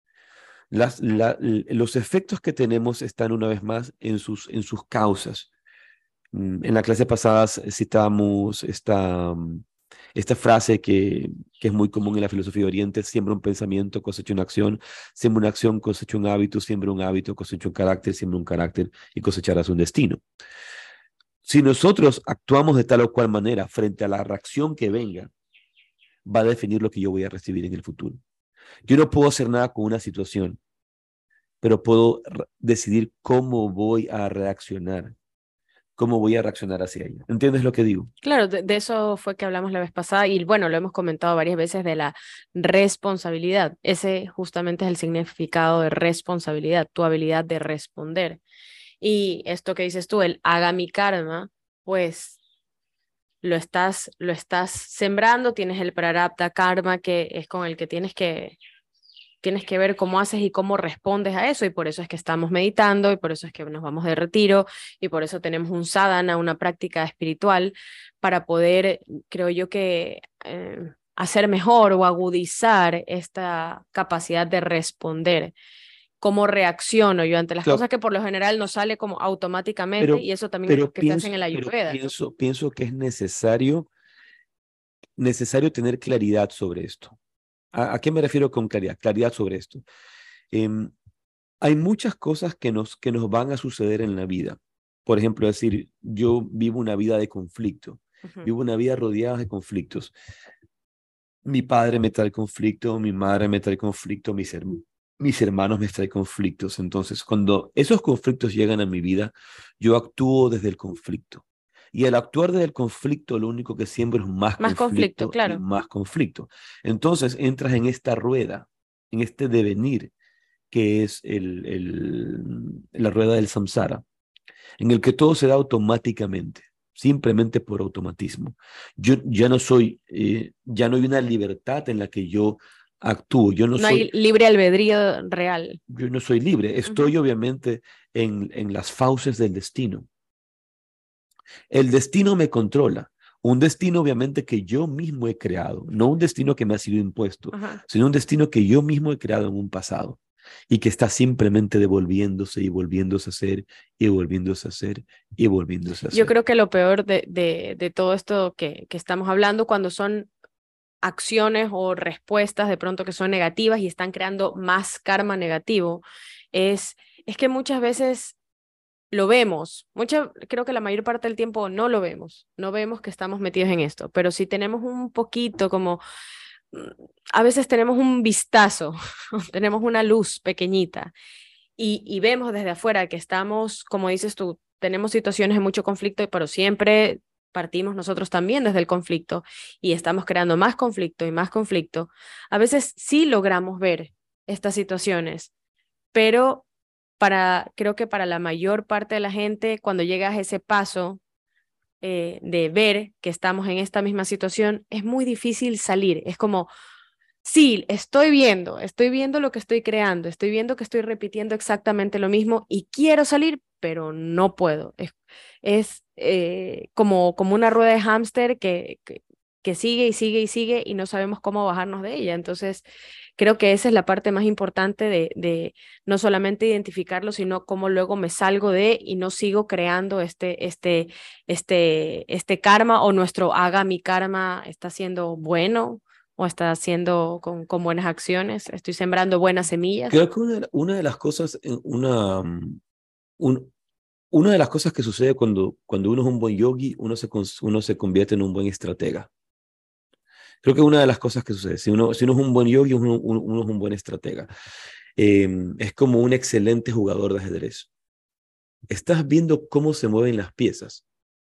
Los efectos que tenemos están una vez más en sus causas. En la clase pasada citamos esta frase que es muy común en la filosofía de Oriente: siembra un pensamiento, cosecha una acción; siembra una acción, cosecha un hábito; siembra un hábito, cosecha un carácter; siembra un carácter y cosecharás un destino. Si nosotros actuamos de tal o cual manera frente a la reacción que venga, va a definir lo que yo voy a recibir en el futuro. Yo no puedo hacer nada con una situación, pero puedo decidir cómo voy a reaccionar hacia ella. ¿Entiendes lo que digo? Claro, de eso fue que hablamos la vez pasada y bueno, lo hemos comentado varias veces de la responsabilidad. Ese justamente es el significado de responsabilidad, tu habilidad de responder. Y esto que dices tú, el haga mi karma, pues lo estás sembrando, tienes el prarabdha karma que es con el que tienes que ver cómo haces y cómo respondes a eso, y por eso es que estamos meditando, y por eso es que nos vamos de retiro, y por eso tenemos un sadhana, una práctica espiritual, para poder, creo yo que, hacer mejor o agudizar esta capacidad de responder. Cómo reacciono yo ante las cosas Claro, que por lo general nos sale como automáticamente, pero, y eso también es lo pero que te hacen pienso, en la pero Ayurveda, ¿no? pienso que es necesario tener claridad sobre esto. ¿A qué me refiero con claridad? Claridad sobre esto. Em, Hay muchas cosas que nos van a suceder en la vida. Por ejemplo, decir, yo vivo una vida de conflicto, Ujú. vivo una vida rodeada de conflictos. Mi padre me trae conflicto, mi madre me trae conflicto, mis hermanos me traen conflictos. Entonces, cuando esos conflictos llegan a mi vida, yo actúo desde el conflicto. Y al actuar desde el conflicto, lo único que siembro es más Más conflicto, conflicto y claro. más conflicto. Entonces, entras en esta rueda, en este devenir que es la rueda del samsara, en el que todo se da automáticamente, simplemente por automatismo. Yo ya no hay una libertad en la que yo actúo. No hay libre albedrío real. Yo no soy libre. Estoy obviamente en las fauces del destino. El destino me controla. Un destino obviamente que yo mismo he creado, no un destino que me ha sido impuesto, Ajá. sino un destino que yo mismo he creado en un pasado y que está simplemente devolviéndose y volviéndose a hacer y volviéndose a hacer y volviéndose a Yo hacer. creo que lo peor de todo esto que estamos hablando, cuando son acciones o respuestas de pronto que son negativas y están creando más karma negativo, es, es que muchas veces lo vemos, creo que la mayor parte del tiempo no lo vemos, no vemos que estamos metidos en esto, pero si tenemos un poquito como, mm, a veces tenemos un vistazo, tenemos una luz pequeñita y vemos desde afuera que estamos, como dices tú, tenemos situaciones de mucho conflicto, pero siempre partimos nosotros también desde el conflicto y estamos creando más conflicto y más conflicto. A veces sí logramos ver estas situaciones, pero creo que para la mayor parte de la gente, cuando llegas a ese paso de ver que estamos en esta misma situación, es muy difícil salir. Es como, sí, estoy viendo lo que estoy creando, estoy viendo que estoy repitiendo exactamente lo mismo y quiero salir, pero no puedo. Es como una rueda de hámster que sigue y sigue y sigue y no sabemos cómo bajarnos de ella. Entonces, creo que esa es la parte más importante de no solamente identificarlo, sino cómo luego me salgo de y no sigo creando este karma o nuestro haga mi karma está siendo bueno o está haciendo con buenas acciones, estoy sembrando buenas semillas. Creo que una de las cosas, un- una de las cosas que sucede cuando uno es un buen yogi, uno se convierte en un buen estratega. Creo que una de las cosas que sucede, si uno es un buen yogi, uno es un buen estratega. Es como un excelente jugador de ajedrez. Estás viendo cómo se mueven las piezas.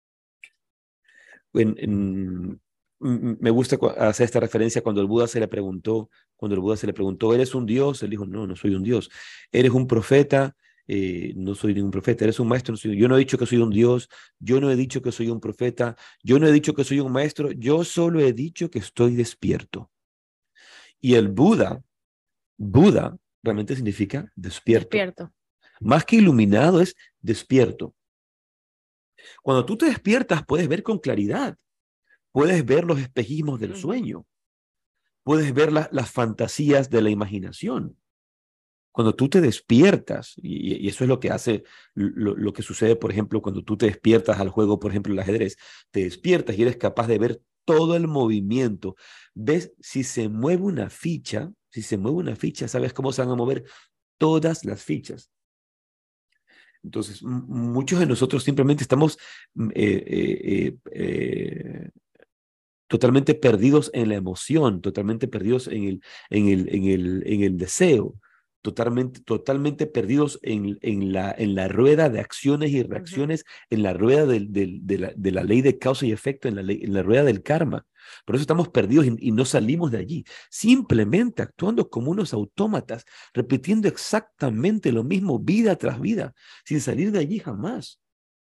Me gusta hacer esta referencia cuando el Buda se le preguntó, ¿eres un dios? Él dijo, no, no soy un dios. ¿Eres un profeta? No soy ningún profeta. ¿Eres un maestro? No yo no he dicho que soy un dios, yo no he dicho que soy un profeta, yo no he dicho que soy un maestro, yo solo he dicho que estoy despierto. Y el Buda realmente significa despierto. Despierto. Más que iluminado es despierto. Cuando tú te despiertas puedes ver con claridad, puedes ver los espejismos del Ujú. sueño, puedes ver las fantasías de la imaginación. Cuando tú te despiertas, y eso es lo que hace, lo que sucede, por ejemplo, cuando tú te despiertas al juego, por ejemplo, el ajedrez, te despiertas y eres capaz de ver todo el movimiento. Ves si se mueve una ficha, si se mueve una ficha, sabes cómo se van a mover todas las fichas. Entonces, muchos de nosotros simplemente estamos totalmente perdidos en la emoción, totalmente perdidos en el deseo, totalmente perdidos en la rueda de acciones y Ujú. reacciones, en la rueda de la ley de causa y efecto, en la rueda del karma. Por eso estamos perdidos y no salimos de allí, simplemente actuando como unos autómatas, repitiendo exactamente lo mismo vida tras vida, sin salir de allí jamás.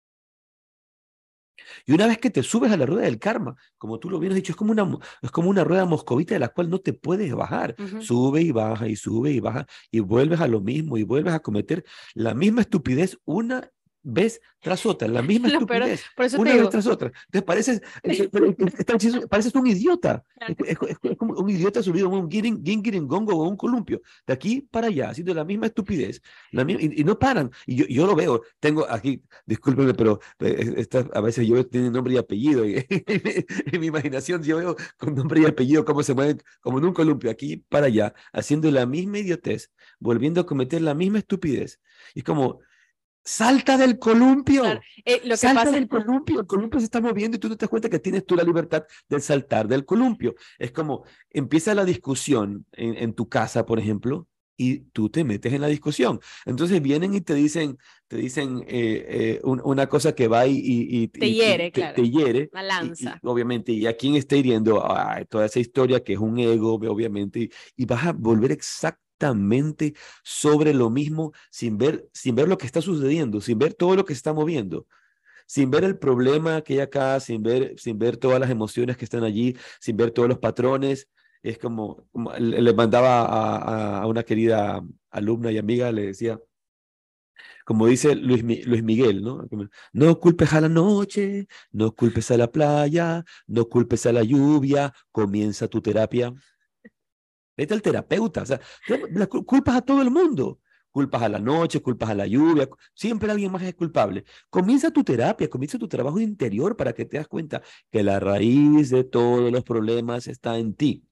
Y una vez que te subes a la rueda del karma, como tú lo bien has dicho, es como una rueda moscovita de la cual no te puedes bajar. Ujú. Sube y baja y vuelves a lo mismo y vuelves a cometer la misma estupidez una vez tras otra, la misma Lo peor, estupidez por eso te una vez digo, tras otra. Entonces pareces un idiota. Es como un idiota subido a un gongo o un columpio, de aquí para allá, haciendo la misma estupidez, y no paran. Y yo lo veo, tengo aquí, discúlpeme, pero a veces yo veo que tienen nombre y apellido, y en mi imaginación yo veo con nombre y apellido cómo se mueven como en un columpio, aquí para allá, haciendo la misma idiotez, volviendo a cometer la misma estupidez. Y es como, salta del claro, columpio. lo que Salta pasa, del columpio, el columpio se está moviendo y tú no te das cuenta que tienes tú la libertad de saltar del columpio. Es como empieza la discusión en tu casa, por ejemplo, y tú te metes en la discusión. Entonces vienen y te dicen una cosa que va te hiere, te claro, hiere. una Y lanza. obviamente, ¿y a quién está hiriendo? Ay, toda esa historia que es un ego, obviamente, y vas a volver exactamente sobre lo mismo sin ver lo que está sucediendo, sin ver todo lo que se está moviendo, sin ver el problema que hay acá, sin ver todas las emociones que están allí, sin ver todos los patrones. Es como le mandaba a una querida alumna y amiga, le decía, como dice Luis Miguel, ¿no? No culpes a la noche, no culpes a la playa, no culpes a la lluvia, comienza tu terapia. Vete al terapeuta, o sea, culpas a todo el mundo. Culpas a la noche, culpas a la lluvia, siempre alguien más es culpable. Comienza tu terapia, comienza tu trabajo interior para que te das cuenta que la raíz de todos los problemas está en ti.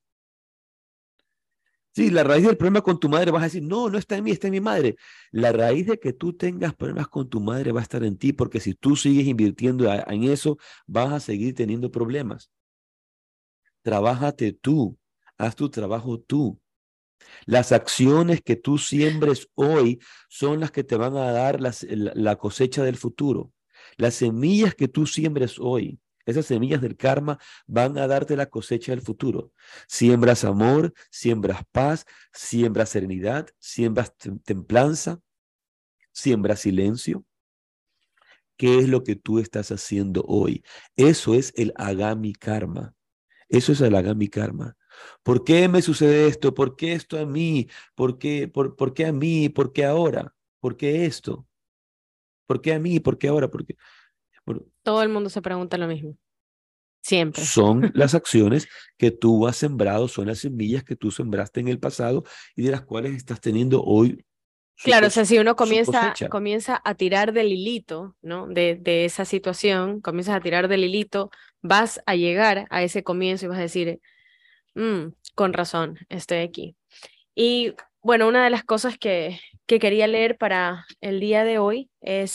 Sí, la raíz del problema con tu madre vas a decir, no, no está en mí, está en mi madre. La raíz de que tú tengas problemas con tu madre va a estar en ti, porque si tú sigues invirtiendo en eso, vas a seguir teniendo problemas. Trabájate tú, haz tu trabajo tú. Las acciones que tú siembres hoy son las que te van a dar la cosecha del futuro. Las semillas que tú siembres hoy, esas semillas del karma, van a darte la cosecha del futuro. Siembras amor, siembras paz, siembras serenidad, siembras templanza, siembras silencio. ¿Qué es lo que tú estás haciendo hoy? Eso es el Agami Karma. Eso es el Agami Karma. ¿Por qué me sucede esto? ¿Por qué esto a mí? ¿Por qué a mí? ¿Por qué ahora? ¿Por qué esto? ¿Por qué a mí? ¿Por qué ahora? Bueno, Todo el mundo se pregunta lo mismo, siempre. son las acciones que tú has sembrado, son las semillas que tú sembraste en el pasado y de las cuales estás teniendo hoy su, Claro, o sea, si uno su comienza, cosecha. comienza a tirar del hilito, ¿no? De esa situación, comienzas a tirar del hilito, vas a llegar a ese comienzo y vas a decir, con razón, estoy aquí. Y bueno, una de las cosas que quería leer para el día de hoy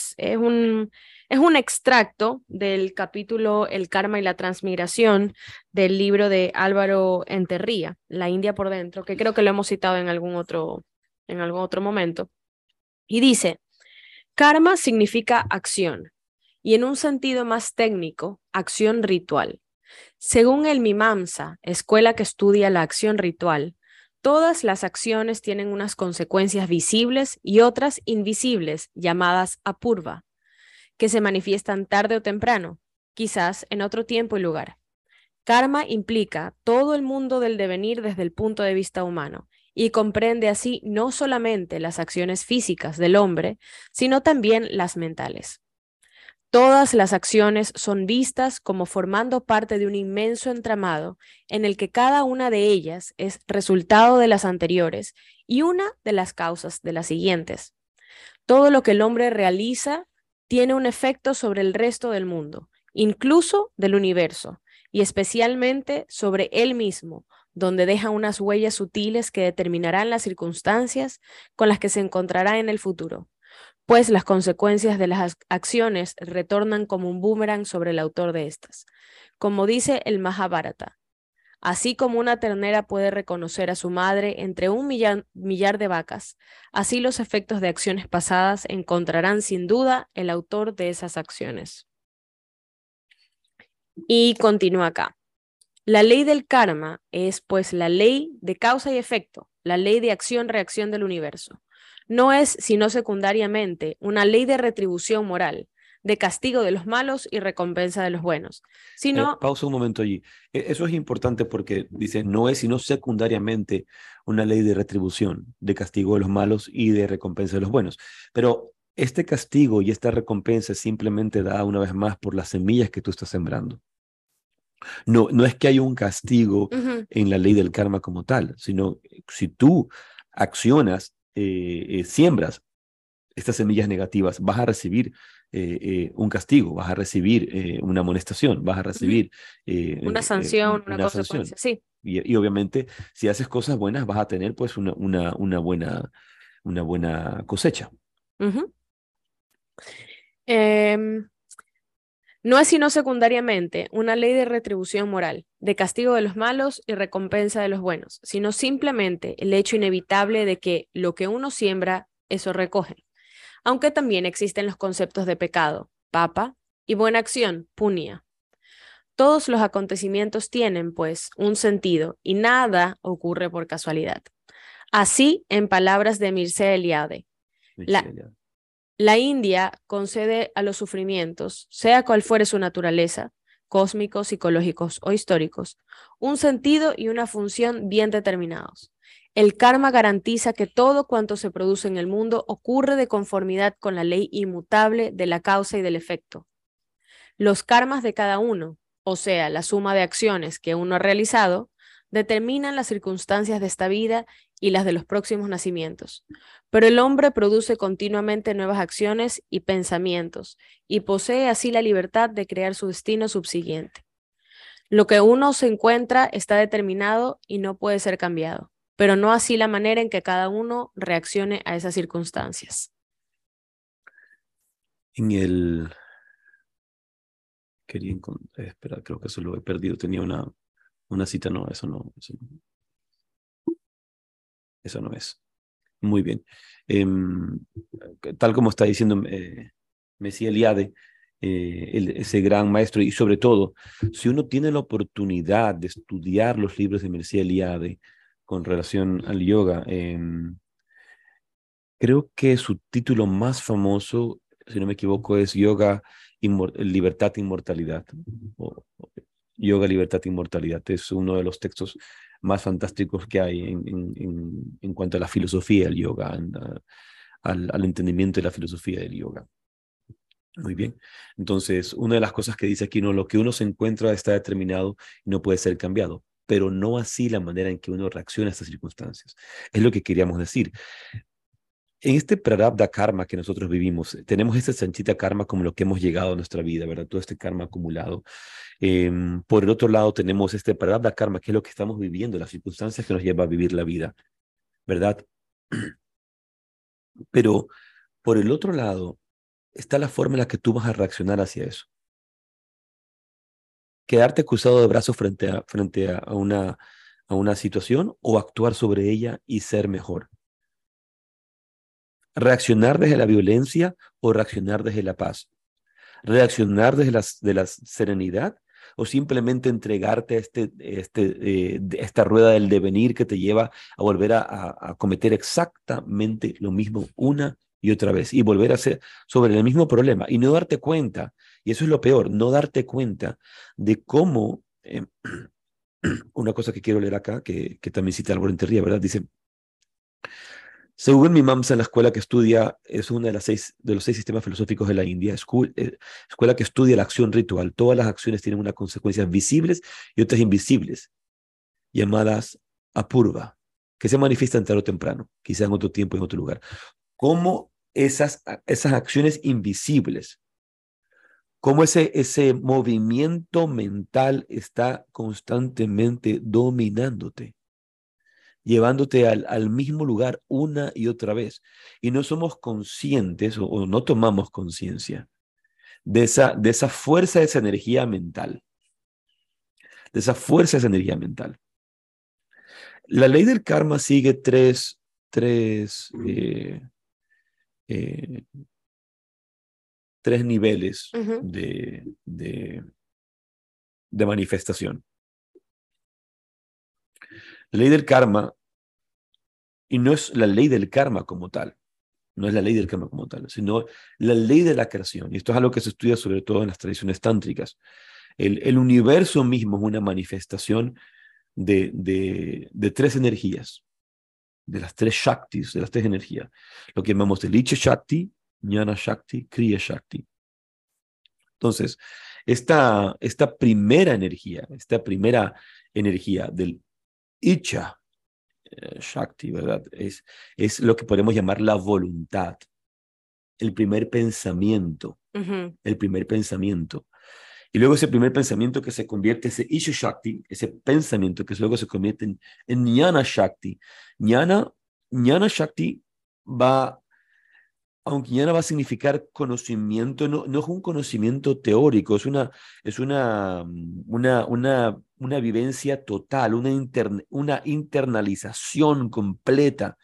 es un extracto del capítulo El karma y la transmigración del libro de Álvaro Enterría, La India por dentro, que creo que lo hemos citado en algún otro momento. Y dice, karma significa acción y en un sentido más técnico, acción ritual. Según el Mimamsa, escuela que estudia la acción ritual, todas las acciones tienen unas consecuencias visibles y otras invisibles, llamadas apurva, que se manifiestan tarde o temprano, quizás en otro tiempo y lugar. Karma implica todo el mundo del devenir desde el punto de vista humano y comprende así no solamente las acciones físicas del hombre, sino también las mentales. Todas las acciones son vistas como formando parte de un inmenso entramado en el que cada una de ellas es resultado de las anteriores y una de las causas de las siguientes. Todo lo que el hombre realiza tiene un efecto sobre el resto del mundo, incluso del universo, y especialmente sobre él mismo, donde deja unas huellas sutiles que determinarán las circunstancias con las que se encontrará en el futuro, pues las consecuencias de las acciones retornan como un boomerang sobre el autor de estas. Como dice el Mahabharata, así como una ternera puede reconocer a su madre entre un millar de vacas, así los efectos de acciones pasadas encontrarán sin duda el autor de esas acciones. Y continúa acá. La ley del karma es pues la ley de causa y efecto, la ley de acción-reacción del universo. No es, sino secundariamente, una ley de retribución moral, de castigo de los malos y recompensa de los buenos, sino, Pausa un momento allí. Eso es importante porque dice, no es sino secundariamente una ley de retribución, de castigo de los malos y de recompensa de los buenos. Pero este castigo y esta recompensa simplemente da una vez más por las semillas que tú estás sembrando. No, no es que haya un castigo ujú, en la ley del karma como tal, sino si tú accionas, siembras estas semillas negativas, vas a recibir un castigo, vas a recibir una amonestación, vas a ujú, recibir una sanción, una una sanción. consecuencia, sí. Y obviamente, si haces cosas buenas, vas a tener pues una buena cosecha. Ujú. Em, no es sino secundariamente una ley de retribución moral, de castigo de los malos y recompensa de los buenos, sino simplemente el hecho inevitable de que lo que uno siembra, eso recoge. Aunque también existen los conceptos de pecado, papa, y buena acción, punia. Todos los acontecimientos tienen, pues, un sentido y nada ocurre por casualidad. Así, en palabras de Mircea Eliade, la, Michelle, la India concede a los sufrimientos, sea cual fuere su naturaleza, cósmicos, psicológicos o históricos, un sentido y una función bien determinados. El karma garantiza que todo cuanto se produce en el mundo ocurre de conformidad con la ley inmutable de la causa y del efecto. Los karmas de cada uno, o sea, la suma de acciones que uno ha realizado, determinan las circunstancias de esta vida y las de los próximos nacimientos. Pero el hombre produce continuamente nuevas acciones y pensamientos, y posee así la libertad de crear su destino subsiguiente. Lo que uno se encuentra está determinado y no puede ser cambiado, pero no así la manera en que cada uno reaccione a esas circunstancias. En el... Quería encontrar... espera, creo que eso lo he perdido. Tenía una cita, no, eso no es. Muy bien. Em, Tal como está diciendo Messi Eliade, ese gran maestro, y sobre todo, si uno tiene la oportunidad de estudiar los libros de Mircea Eliade con relación al yoga, creo que su título más famoso, si no me equivoco, es Yoga, Libertad, Inmortalidad. O Yoga, Libertad, Inmortalidad. Es uno de los textos más fantásticos que hay en cuanto a la filosofía del yoga, al entendimiento de la filosofía del yoga. Muy bien. Entonces, una de las cosas que dice aquí, no, lo que uno se encuentra está determinado y no puede ser cambiado, pero no así la manera en que uno reacciona a estas circunstancias. Es lo que queríamos decir. En este prarabdha karma que nosotros vivimos, tenemos esta sanchita karma como lo que hemos llegado a nuestra vida, ¿verdad? Todo este karma acumulado. Por el otro lado, tenemos este prarabdha karma, que es lo que estamos viviendo, las circunstancias que nos lleva a vivir la vida, ¿verdad? Pero por el otro lado, está la forma en la que tú vas a reaccionar hacia eso. Quedarte cruzado de brazos a una situación o actuar sobre ella y ser mejor. Reaccionar desde la violencia o reaccionar desde la paz. Reaccionar desde de la serenidad o simplemente entregarte a esta rueda del devenir que te lleva a volver a cometer exactamente lo mismo una y otra vez y volver a hacer sobre el mismo problema y no darte cuenta, y eso es lo peor, no darte cuenta de cómo, una cosa que quiero leer acá, que también cita Álvaro Rentería, ¿verdad? Dice, según mi mamsa en la escuela que estudia, es una de los seis sistemas filosóficos de la India, escuela que estudia la acción ritual. Todas las acciones tienen unas consecuencias visibles y otras invisibles, llamadas apurva, que se manifiestan tarde o temprano, quizá en otro tiempo, en otro lugar. Cómo esas acciones invisibles, cómo ese movimiento mental está constantemente dominándote, llevándote al mismo lugar una y otra vez. Y no somos conscientes o no tomamos conciencia de esa fuerza, de esa energía mental, de esa fuerza, de esa energía mental. La ley del karma sigue eh, tres niveles Ujú, de manifestación. La ley del karma, y no es la ley del karma como tal, no es la ley del karma como tal, sino la ley de la creación. Y esto es algo que se estudia sobre todo en las tradiciones tántricas. El universo mismo es una manifestación de tres energías, de las tres Shaktis, de las tres energías. Lo que llamamos el Icha Shakti, Jnana Shakti, Kriya Shakti. Entonces, esta primera energía del Icha Shakti, ¿verdad? Es lo que podemos llamar la voluntad, el primer pensamiento, ujú. el primer pensamiento. Y luego ese primer pensamiento que se convierte, ese Isha Shakti, ese pensamiento que luego se convierte en Jnana Shakti. Jnana, Jnana Shakti va, aunque Jnana va a significar conocimiento, no es un conocimiento teórico, es una vivencia total, una internalización completa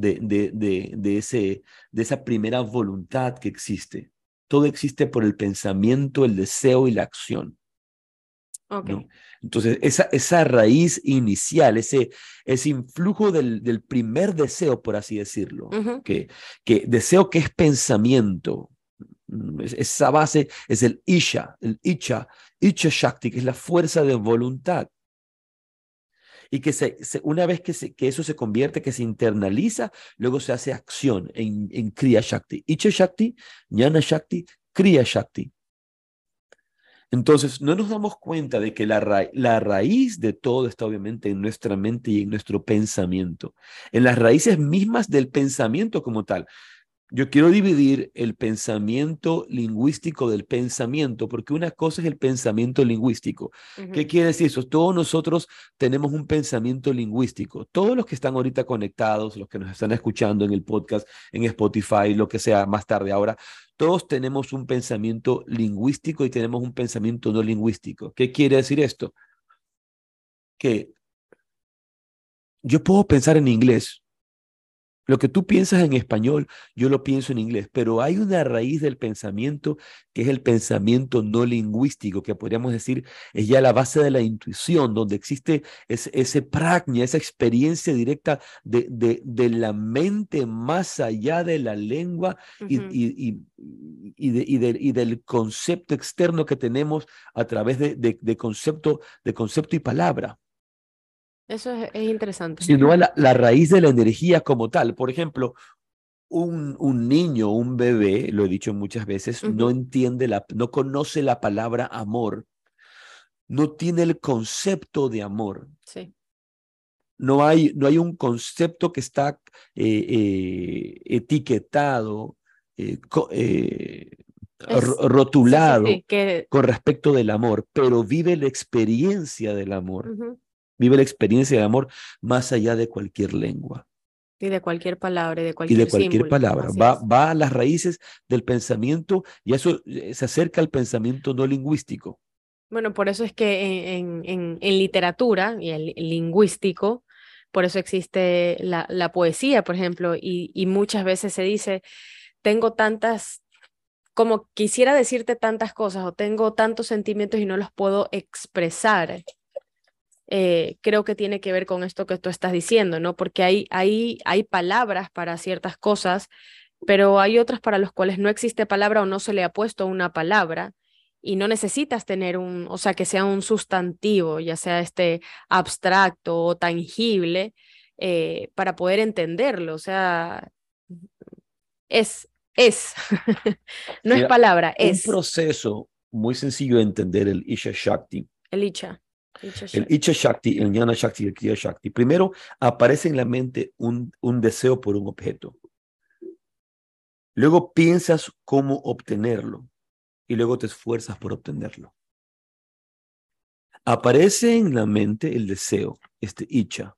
de esa primera voluntad que existe. Todo existe por el pensamiento, el deseo y la acción, ¿no? Ok. Entonces, esa raíz inicial, ese influjo del primer deseo, por así decirlo, Ujú, que deseo que es pensamiento, Esa base es el Icha Shakti, que es la fuerza de voluntad. Y que una vez que eso se convierte, que se internaliza, luego se hace acción en Kriya Shakti. Icha Shakti, Jnana Shakti, Kriya Shakti. Entonces, no nos damos cuenta de que la raíz de todo está obviamente en nuestra mente y en nuestro pensamiento, en las raíces mismas del pensamiento como tal. Yo quiero dividir el pensamiento lingüístico del pensamiento, porque una cosa es el pensamiento lingüístico. ¿Qué quiere decir eso? Todos nosotros tenemos un pensamiento lingüístico. Todos los que están ahorita conectados, los que nos están escuchando en el podcast, en Spotify, lo que sea más tarde ahora, todos tenemos un pensamiento lingüístico y tenemos un pensamiento no lingüístico. ¿Qué quiere decir esto? Que yo puedo pensar en inglés. Lo que tú piensas en español, yo lo pienso en inglés, pero hay una raíz del pensamiento que es el pensamiento no lingüístico, que podríamos decir es ya la base de la intuición, donde existe ese prajna, esa experiencia directa de la mente más allá de la lengua y del concepto externo que tenemos a través de concepto y palabra, Eso es interesante. sino a la raíz de la energía como tal. Por ejemplo, un niño, un bebé, lo he dicho muchas veces, no entiende, no conoce la palabra amor, no tiene el concepto de amor. Sí. No hay un concepto que está etiquetado, rotulado Sí, que con respecto del amor, pero vive la experiencia del amor, vive la experiencia del amor más allá de cualquier lengua y de cualquier palabra y de y de cualquier cualquier símbolo. palabra. Así es. Va a las raíces del pensamiento y eso se acerca al pensamiento no lingüístico. Bueno, por eso es que en literatura y el lingüístico, por eso existe la poesía, por ejemplo, y muchas veces se dice, tengo tantas, como quisiera decirte tantas cosas o tengo tantos sentimientos y no los puedo expresar. Creo que tiene que ver con esto que tú estás diciendo, ¿no? Porque hay palabras para ciertas cosas, pero hay otras para las cuales no existe palabra o no se le ha puesto una palabra y no necesitas tener o sea, que sea un sustantivo, ya sea este abstracto o tangible, para poder entenderlo. O sea, es, no es Mira, palabra, un es proceso muy sencillo de entender el Isha Shakti. el Icha. Icha El Shakti. Icha Shakti, el Jnana Shakti y el Kriya Shakti. Primero aparece en la mente un deseo por un objeto. Luego piensas cómo obtenerlo y luego te esfuerzas por obtenerlo. Aparece en la mente el deseo, este Icha.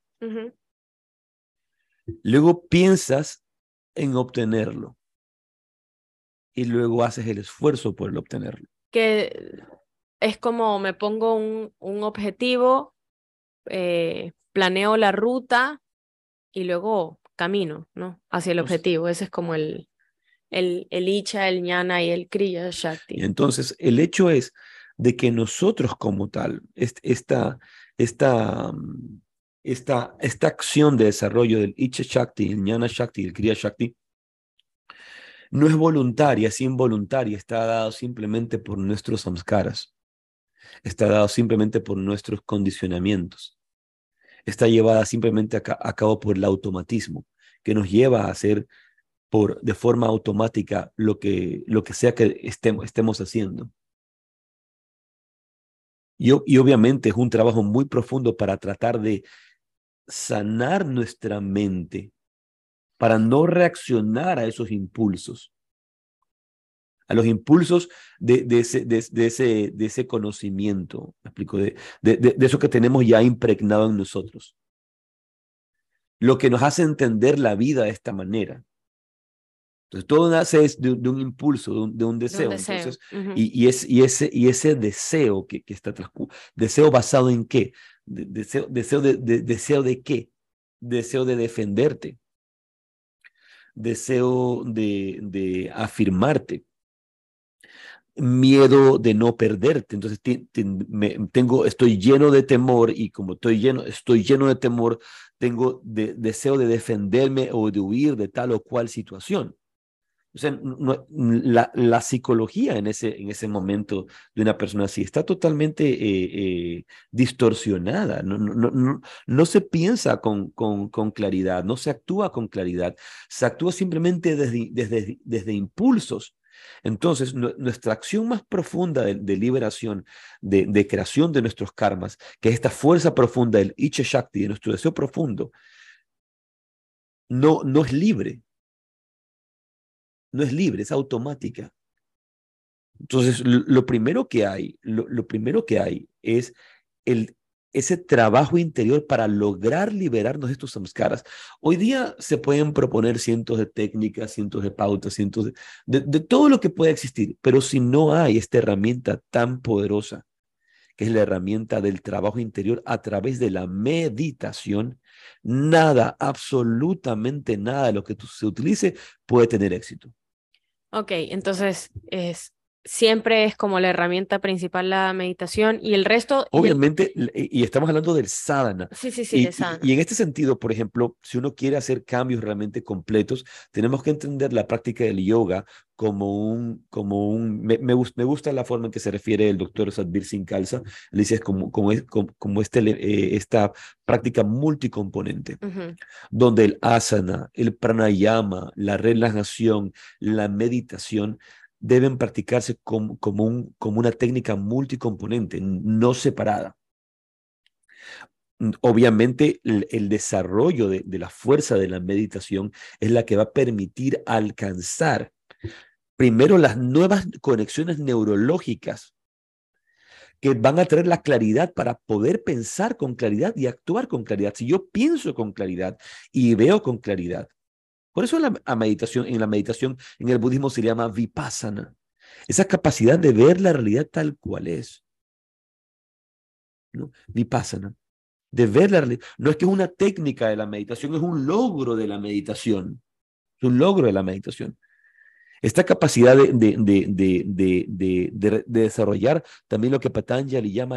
Luego piensas en obtenerlo y luego haces el esfuerzo por el obtenerlo. Que es como me pongo un objetivo, planeo la ruta y luego camino, ¿no? Hacia el Entonces, objetivo. Ese es como el Icha, el Jnana y el Kriya y Shakti. entonces el hecho es de que nosotros como tal, esta, esta acción de desarrollo del Icha Shakti, el Jnana Shakti, el Kriya Shakti, no es voluntaria, es involuntaria, está dado simplemente por nuestros samskaras, está dado simplemente por nuestros condicionamientos, está llevada simplemente a cabo por el automatismo, que nos lleva a hacer de forma automática lo que sea que estemos haciendo. Y obviamente es un trabajo muy profundo para tratar de sanar nuestra mente, para no reaccionar a esos impulsos, a los impulsos de ese conocimiento, ¿me explico? De eso que tenemos ya impregnado en nosotros. Lo que nos hace entender la vida de esta manera. Entonces, todo nace de un impulso, de un De un deseo. deseo. Entonces, y ese deseo que está ¿deseo basado en qué? ¿Deseo de qué? Deseo de defenderte, deseo de afirmarte, miedo de no perderte. Entonces, estoy lleno de temor y como estoy lleno de temor, tengo deseo de defenderme o de huir de tal o cual situación. O sea, la psicología en ese momento de una persona así está totalmente distorsionada. No se piensa con claridad, no se actúa con claridad, se actúa simplemente desde impulsos. Entonces, nuestra acción más profunda de liberación, de creación de nuestros karmas, que es esta fuerza profunda del Icha Shakti, de nuestro deseo profundo, no es libre, no es libre, es automática. Entonces, lo primero que hay es el, ese trabajo interior para lograr liberarnos de estos samskaras. Hoy día se pueden proponer cientos de técnicas, cientos de pautas, cientos de todo lo que pueda existir, pero si no hay esta herramienta tan poderosa, que es la herramienta del trabajo interior a través de la meditación, nada, absolutamente nada de lo que se utilice puede tener éxito. Ok, entonces siempre es como la herramienta principal la meditación y el resto, Obviamente, y estamos hablando del sadhana. sí, sí, sí, de Y sana. en este sentido, por ejemplo, si uno quiere hacer cambios realmente completos, tenemos que entender la práctica del yoga me gusta la forma en que se refiere el doctor Sadhbir Singh Khalsa. Le dice es como esta práctica multicomponente, Ujú. donde el asana, el pranayama, la relajación, la meditación deben practicarse como una técnica multicomponente, no separada. Obviamente, el desarrollo de la fuerza de la meditación es la que va a permitir alcanzar primero las nuevas conexiones neurológicas que van a traer la claridad para poder pensar con claridad y actuar con claridad. Si yo pienso con claridad y veo con claridad, por eso en la meditación, en el budismo se llama vipassana, esa capacidad de ver la realidad tal cual es, ¿no? Vipassana, de ver la realidad. No es que es una técnica de la meditación, es un logro de la meditación, es un logro de la meditación. Esta capacidad de desarrollar también lo que Patanjali llama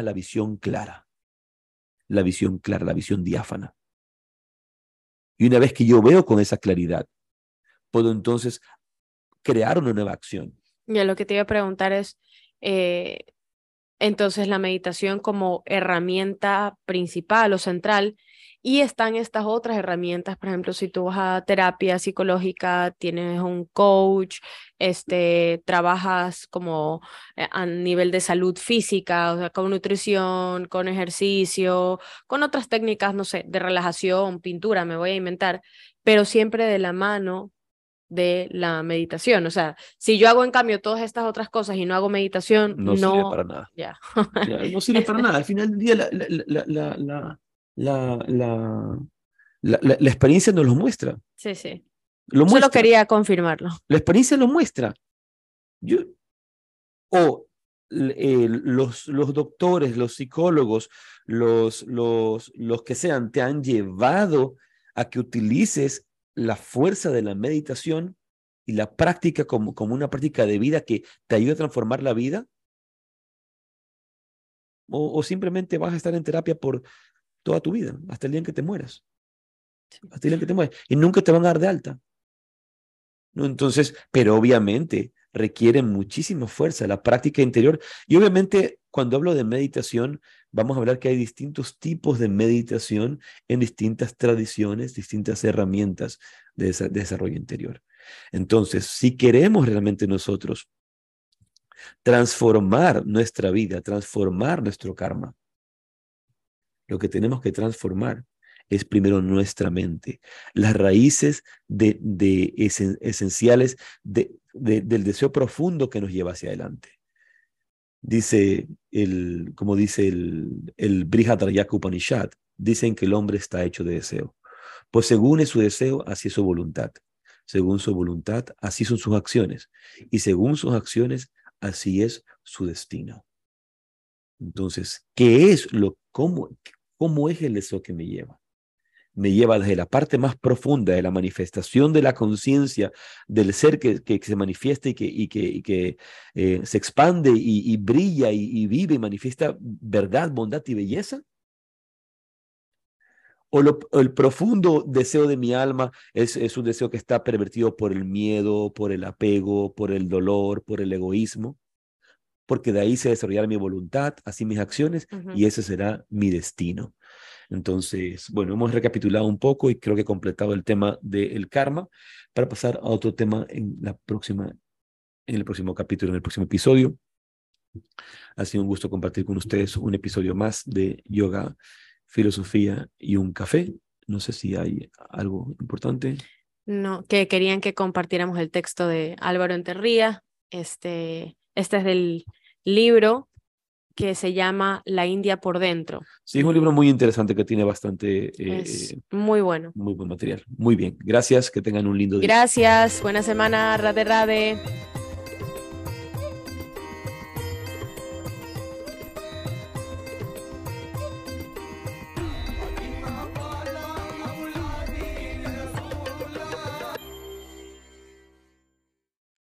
la visión diáfana. Y una vez que yo veo con esa claridad, puedo entonces crear una nueva acción. Ya lo que te iba a preguntar es, eh, entonces la meditación como herramienta principal o central y están estas otras herramientas, por ejemplo, si tú vas a terapia psicológica, tienes un coach, trabajas como a nivel de salud física, o sea, con nutrición, con ejercicio, con otras técnicas, no sé, de relajación, pintura, me voy a inventar, pero siempre de la mano de la meditación. O sea, si yo hago en cambio todas estas otras cosas y no hago meditación, No sirve no, para nada. ya. Ya, no sirve para nada. Al final del día, la, la, la experiencia nos lo muestra. Sí, sí. Lo Solo muestra. quería confirmarlo. La experiencia lo muestra. Yo, o los doctores, los psicólogos, los que sean, te han llevado a que utilices la fuerza de la meditación y la práctica como una práctica de vida que te ayuda a transformar la vida, o simplemente vas a estar en terapia por toda tu vida, hasta el día en que te mueras, hasta el día en que te mueras, y nunca te van a dar de alta, ¿no? Entonces, pero obviamente requiere muchísima fuerza, la práctica interior. Y obviamente, cuando hablo de meditación, vamos a hablar que hay distintos tipos de meditación en distintas tradiciones, distintas herramientas de desarrollo interior. Entonces, si queremos realmente nosotros transformar nuestra vida, transformar nuestro karma, lo que tenemos que transformar es primero nuestra mente, las raíces esenciales del deseo profundo que nos lleva hacia adelante. Como dice el Brihadaranyaka Upanishad, dicen que el hombre está hecho de deseo. Pues según es su deseo, así es su voluntad. Según su voluntad, así son sus acciones. Y según sus acciones, así es su destino. Entonces, cómo es el deseo que me lleva? Me lleva desde la parte más profunda de la manifestación de la conciencia del ser que se manifiesta y que se expande y brilla y vive y manifiesta verdad, bondad y belleza, o el profundo deseo de mi alma es un deseo que está pervertido por el miedo, por el apego, por el dolor, por el egoísmo, porque de ahí se desarrollará mi voluntad, así mis acciones, Ujú. y ese será mi destino. Entonces, bueno, hemos recapitulado un poco y creo que he completado el tema del karma para pasar a otro tema en el próximo capítulo, en el próximo episodio. Ha sido un gusto compartir con ustedes un episodio más de yoga, filosofía y un café. No sé si hay algo importante. No, que querían que compartiéramos el texto de Álvaro Enterría. Este es del libro que se llama La India por dentro Sí, es un libro y muy interesante que tiene bastante, es muy bueno. muy buen material. Muy bien, gracias, que tengan un lindo día. Gracias, buena semana, Rade Rade.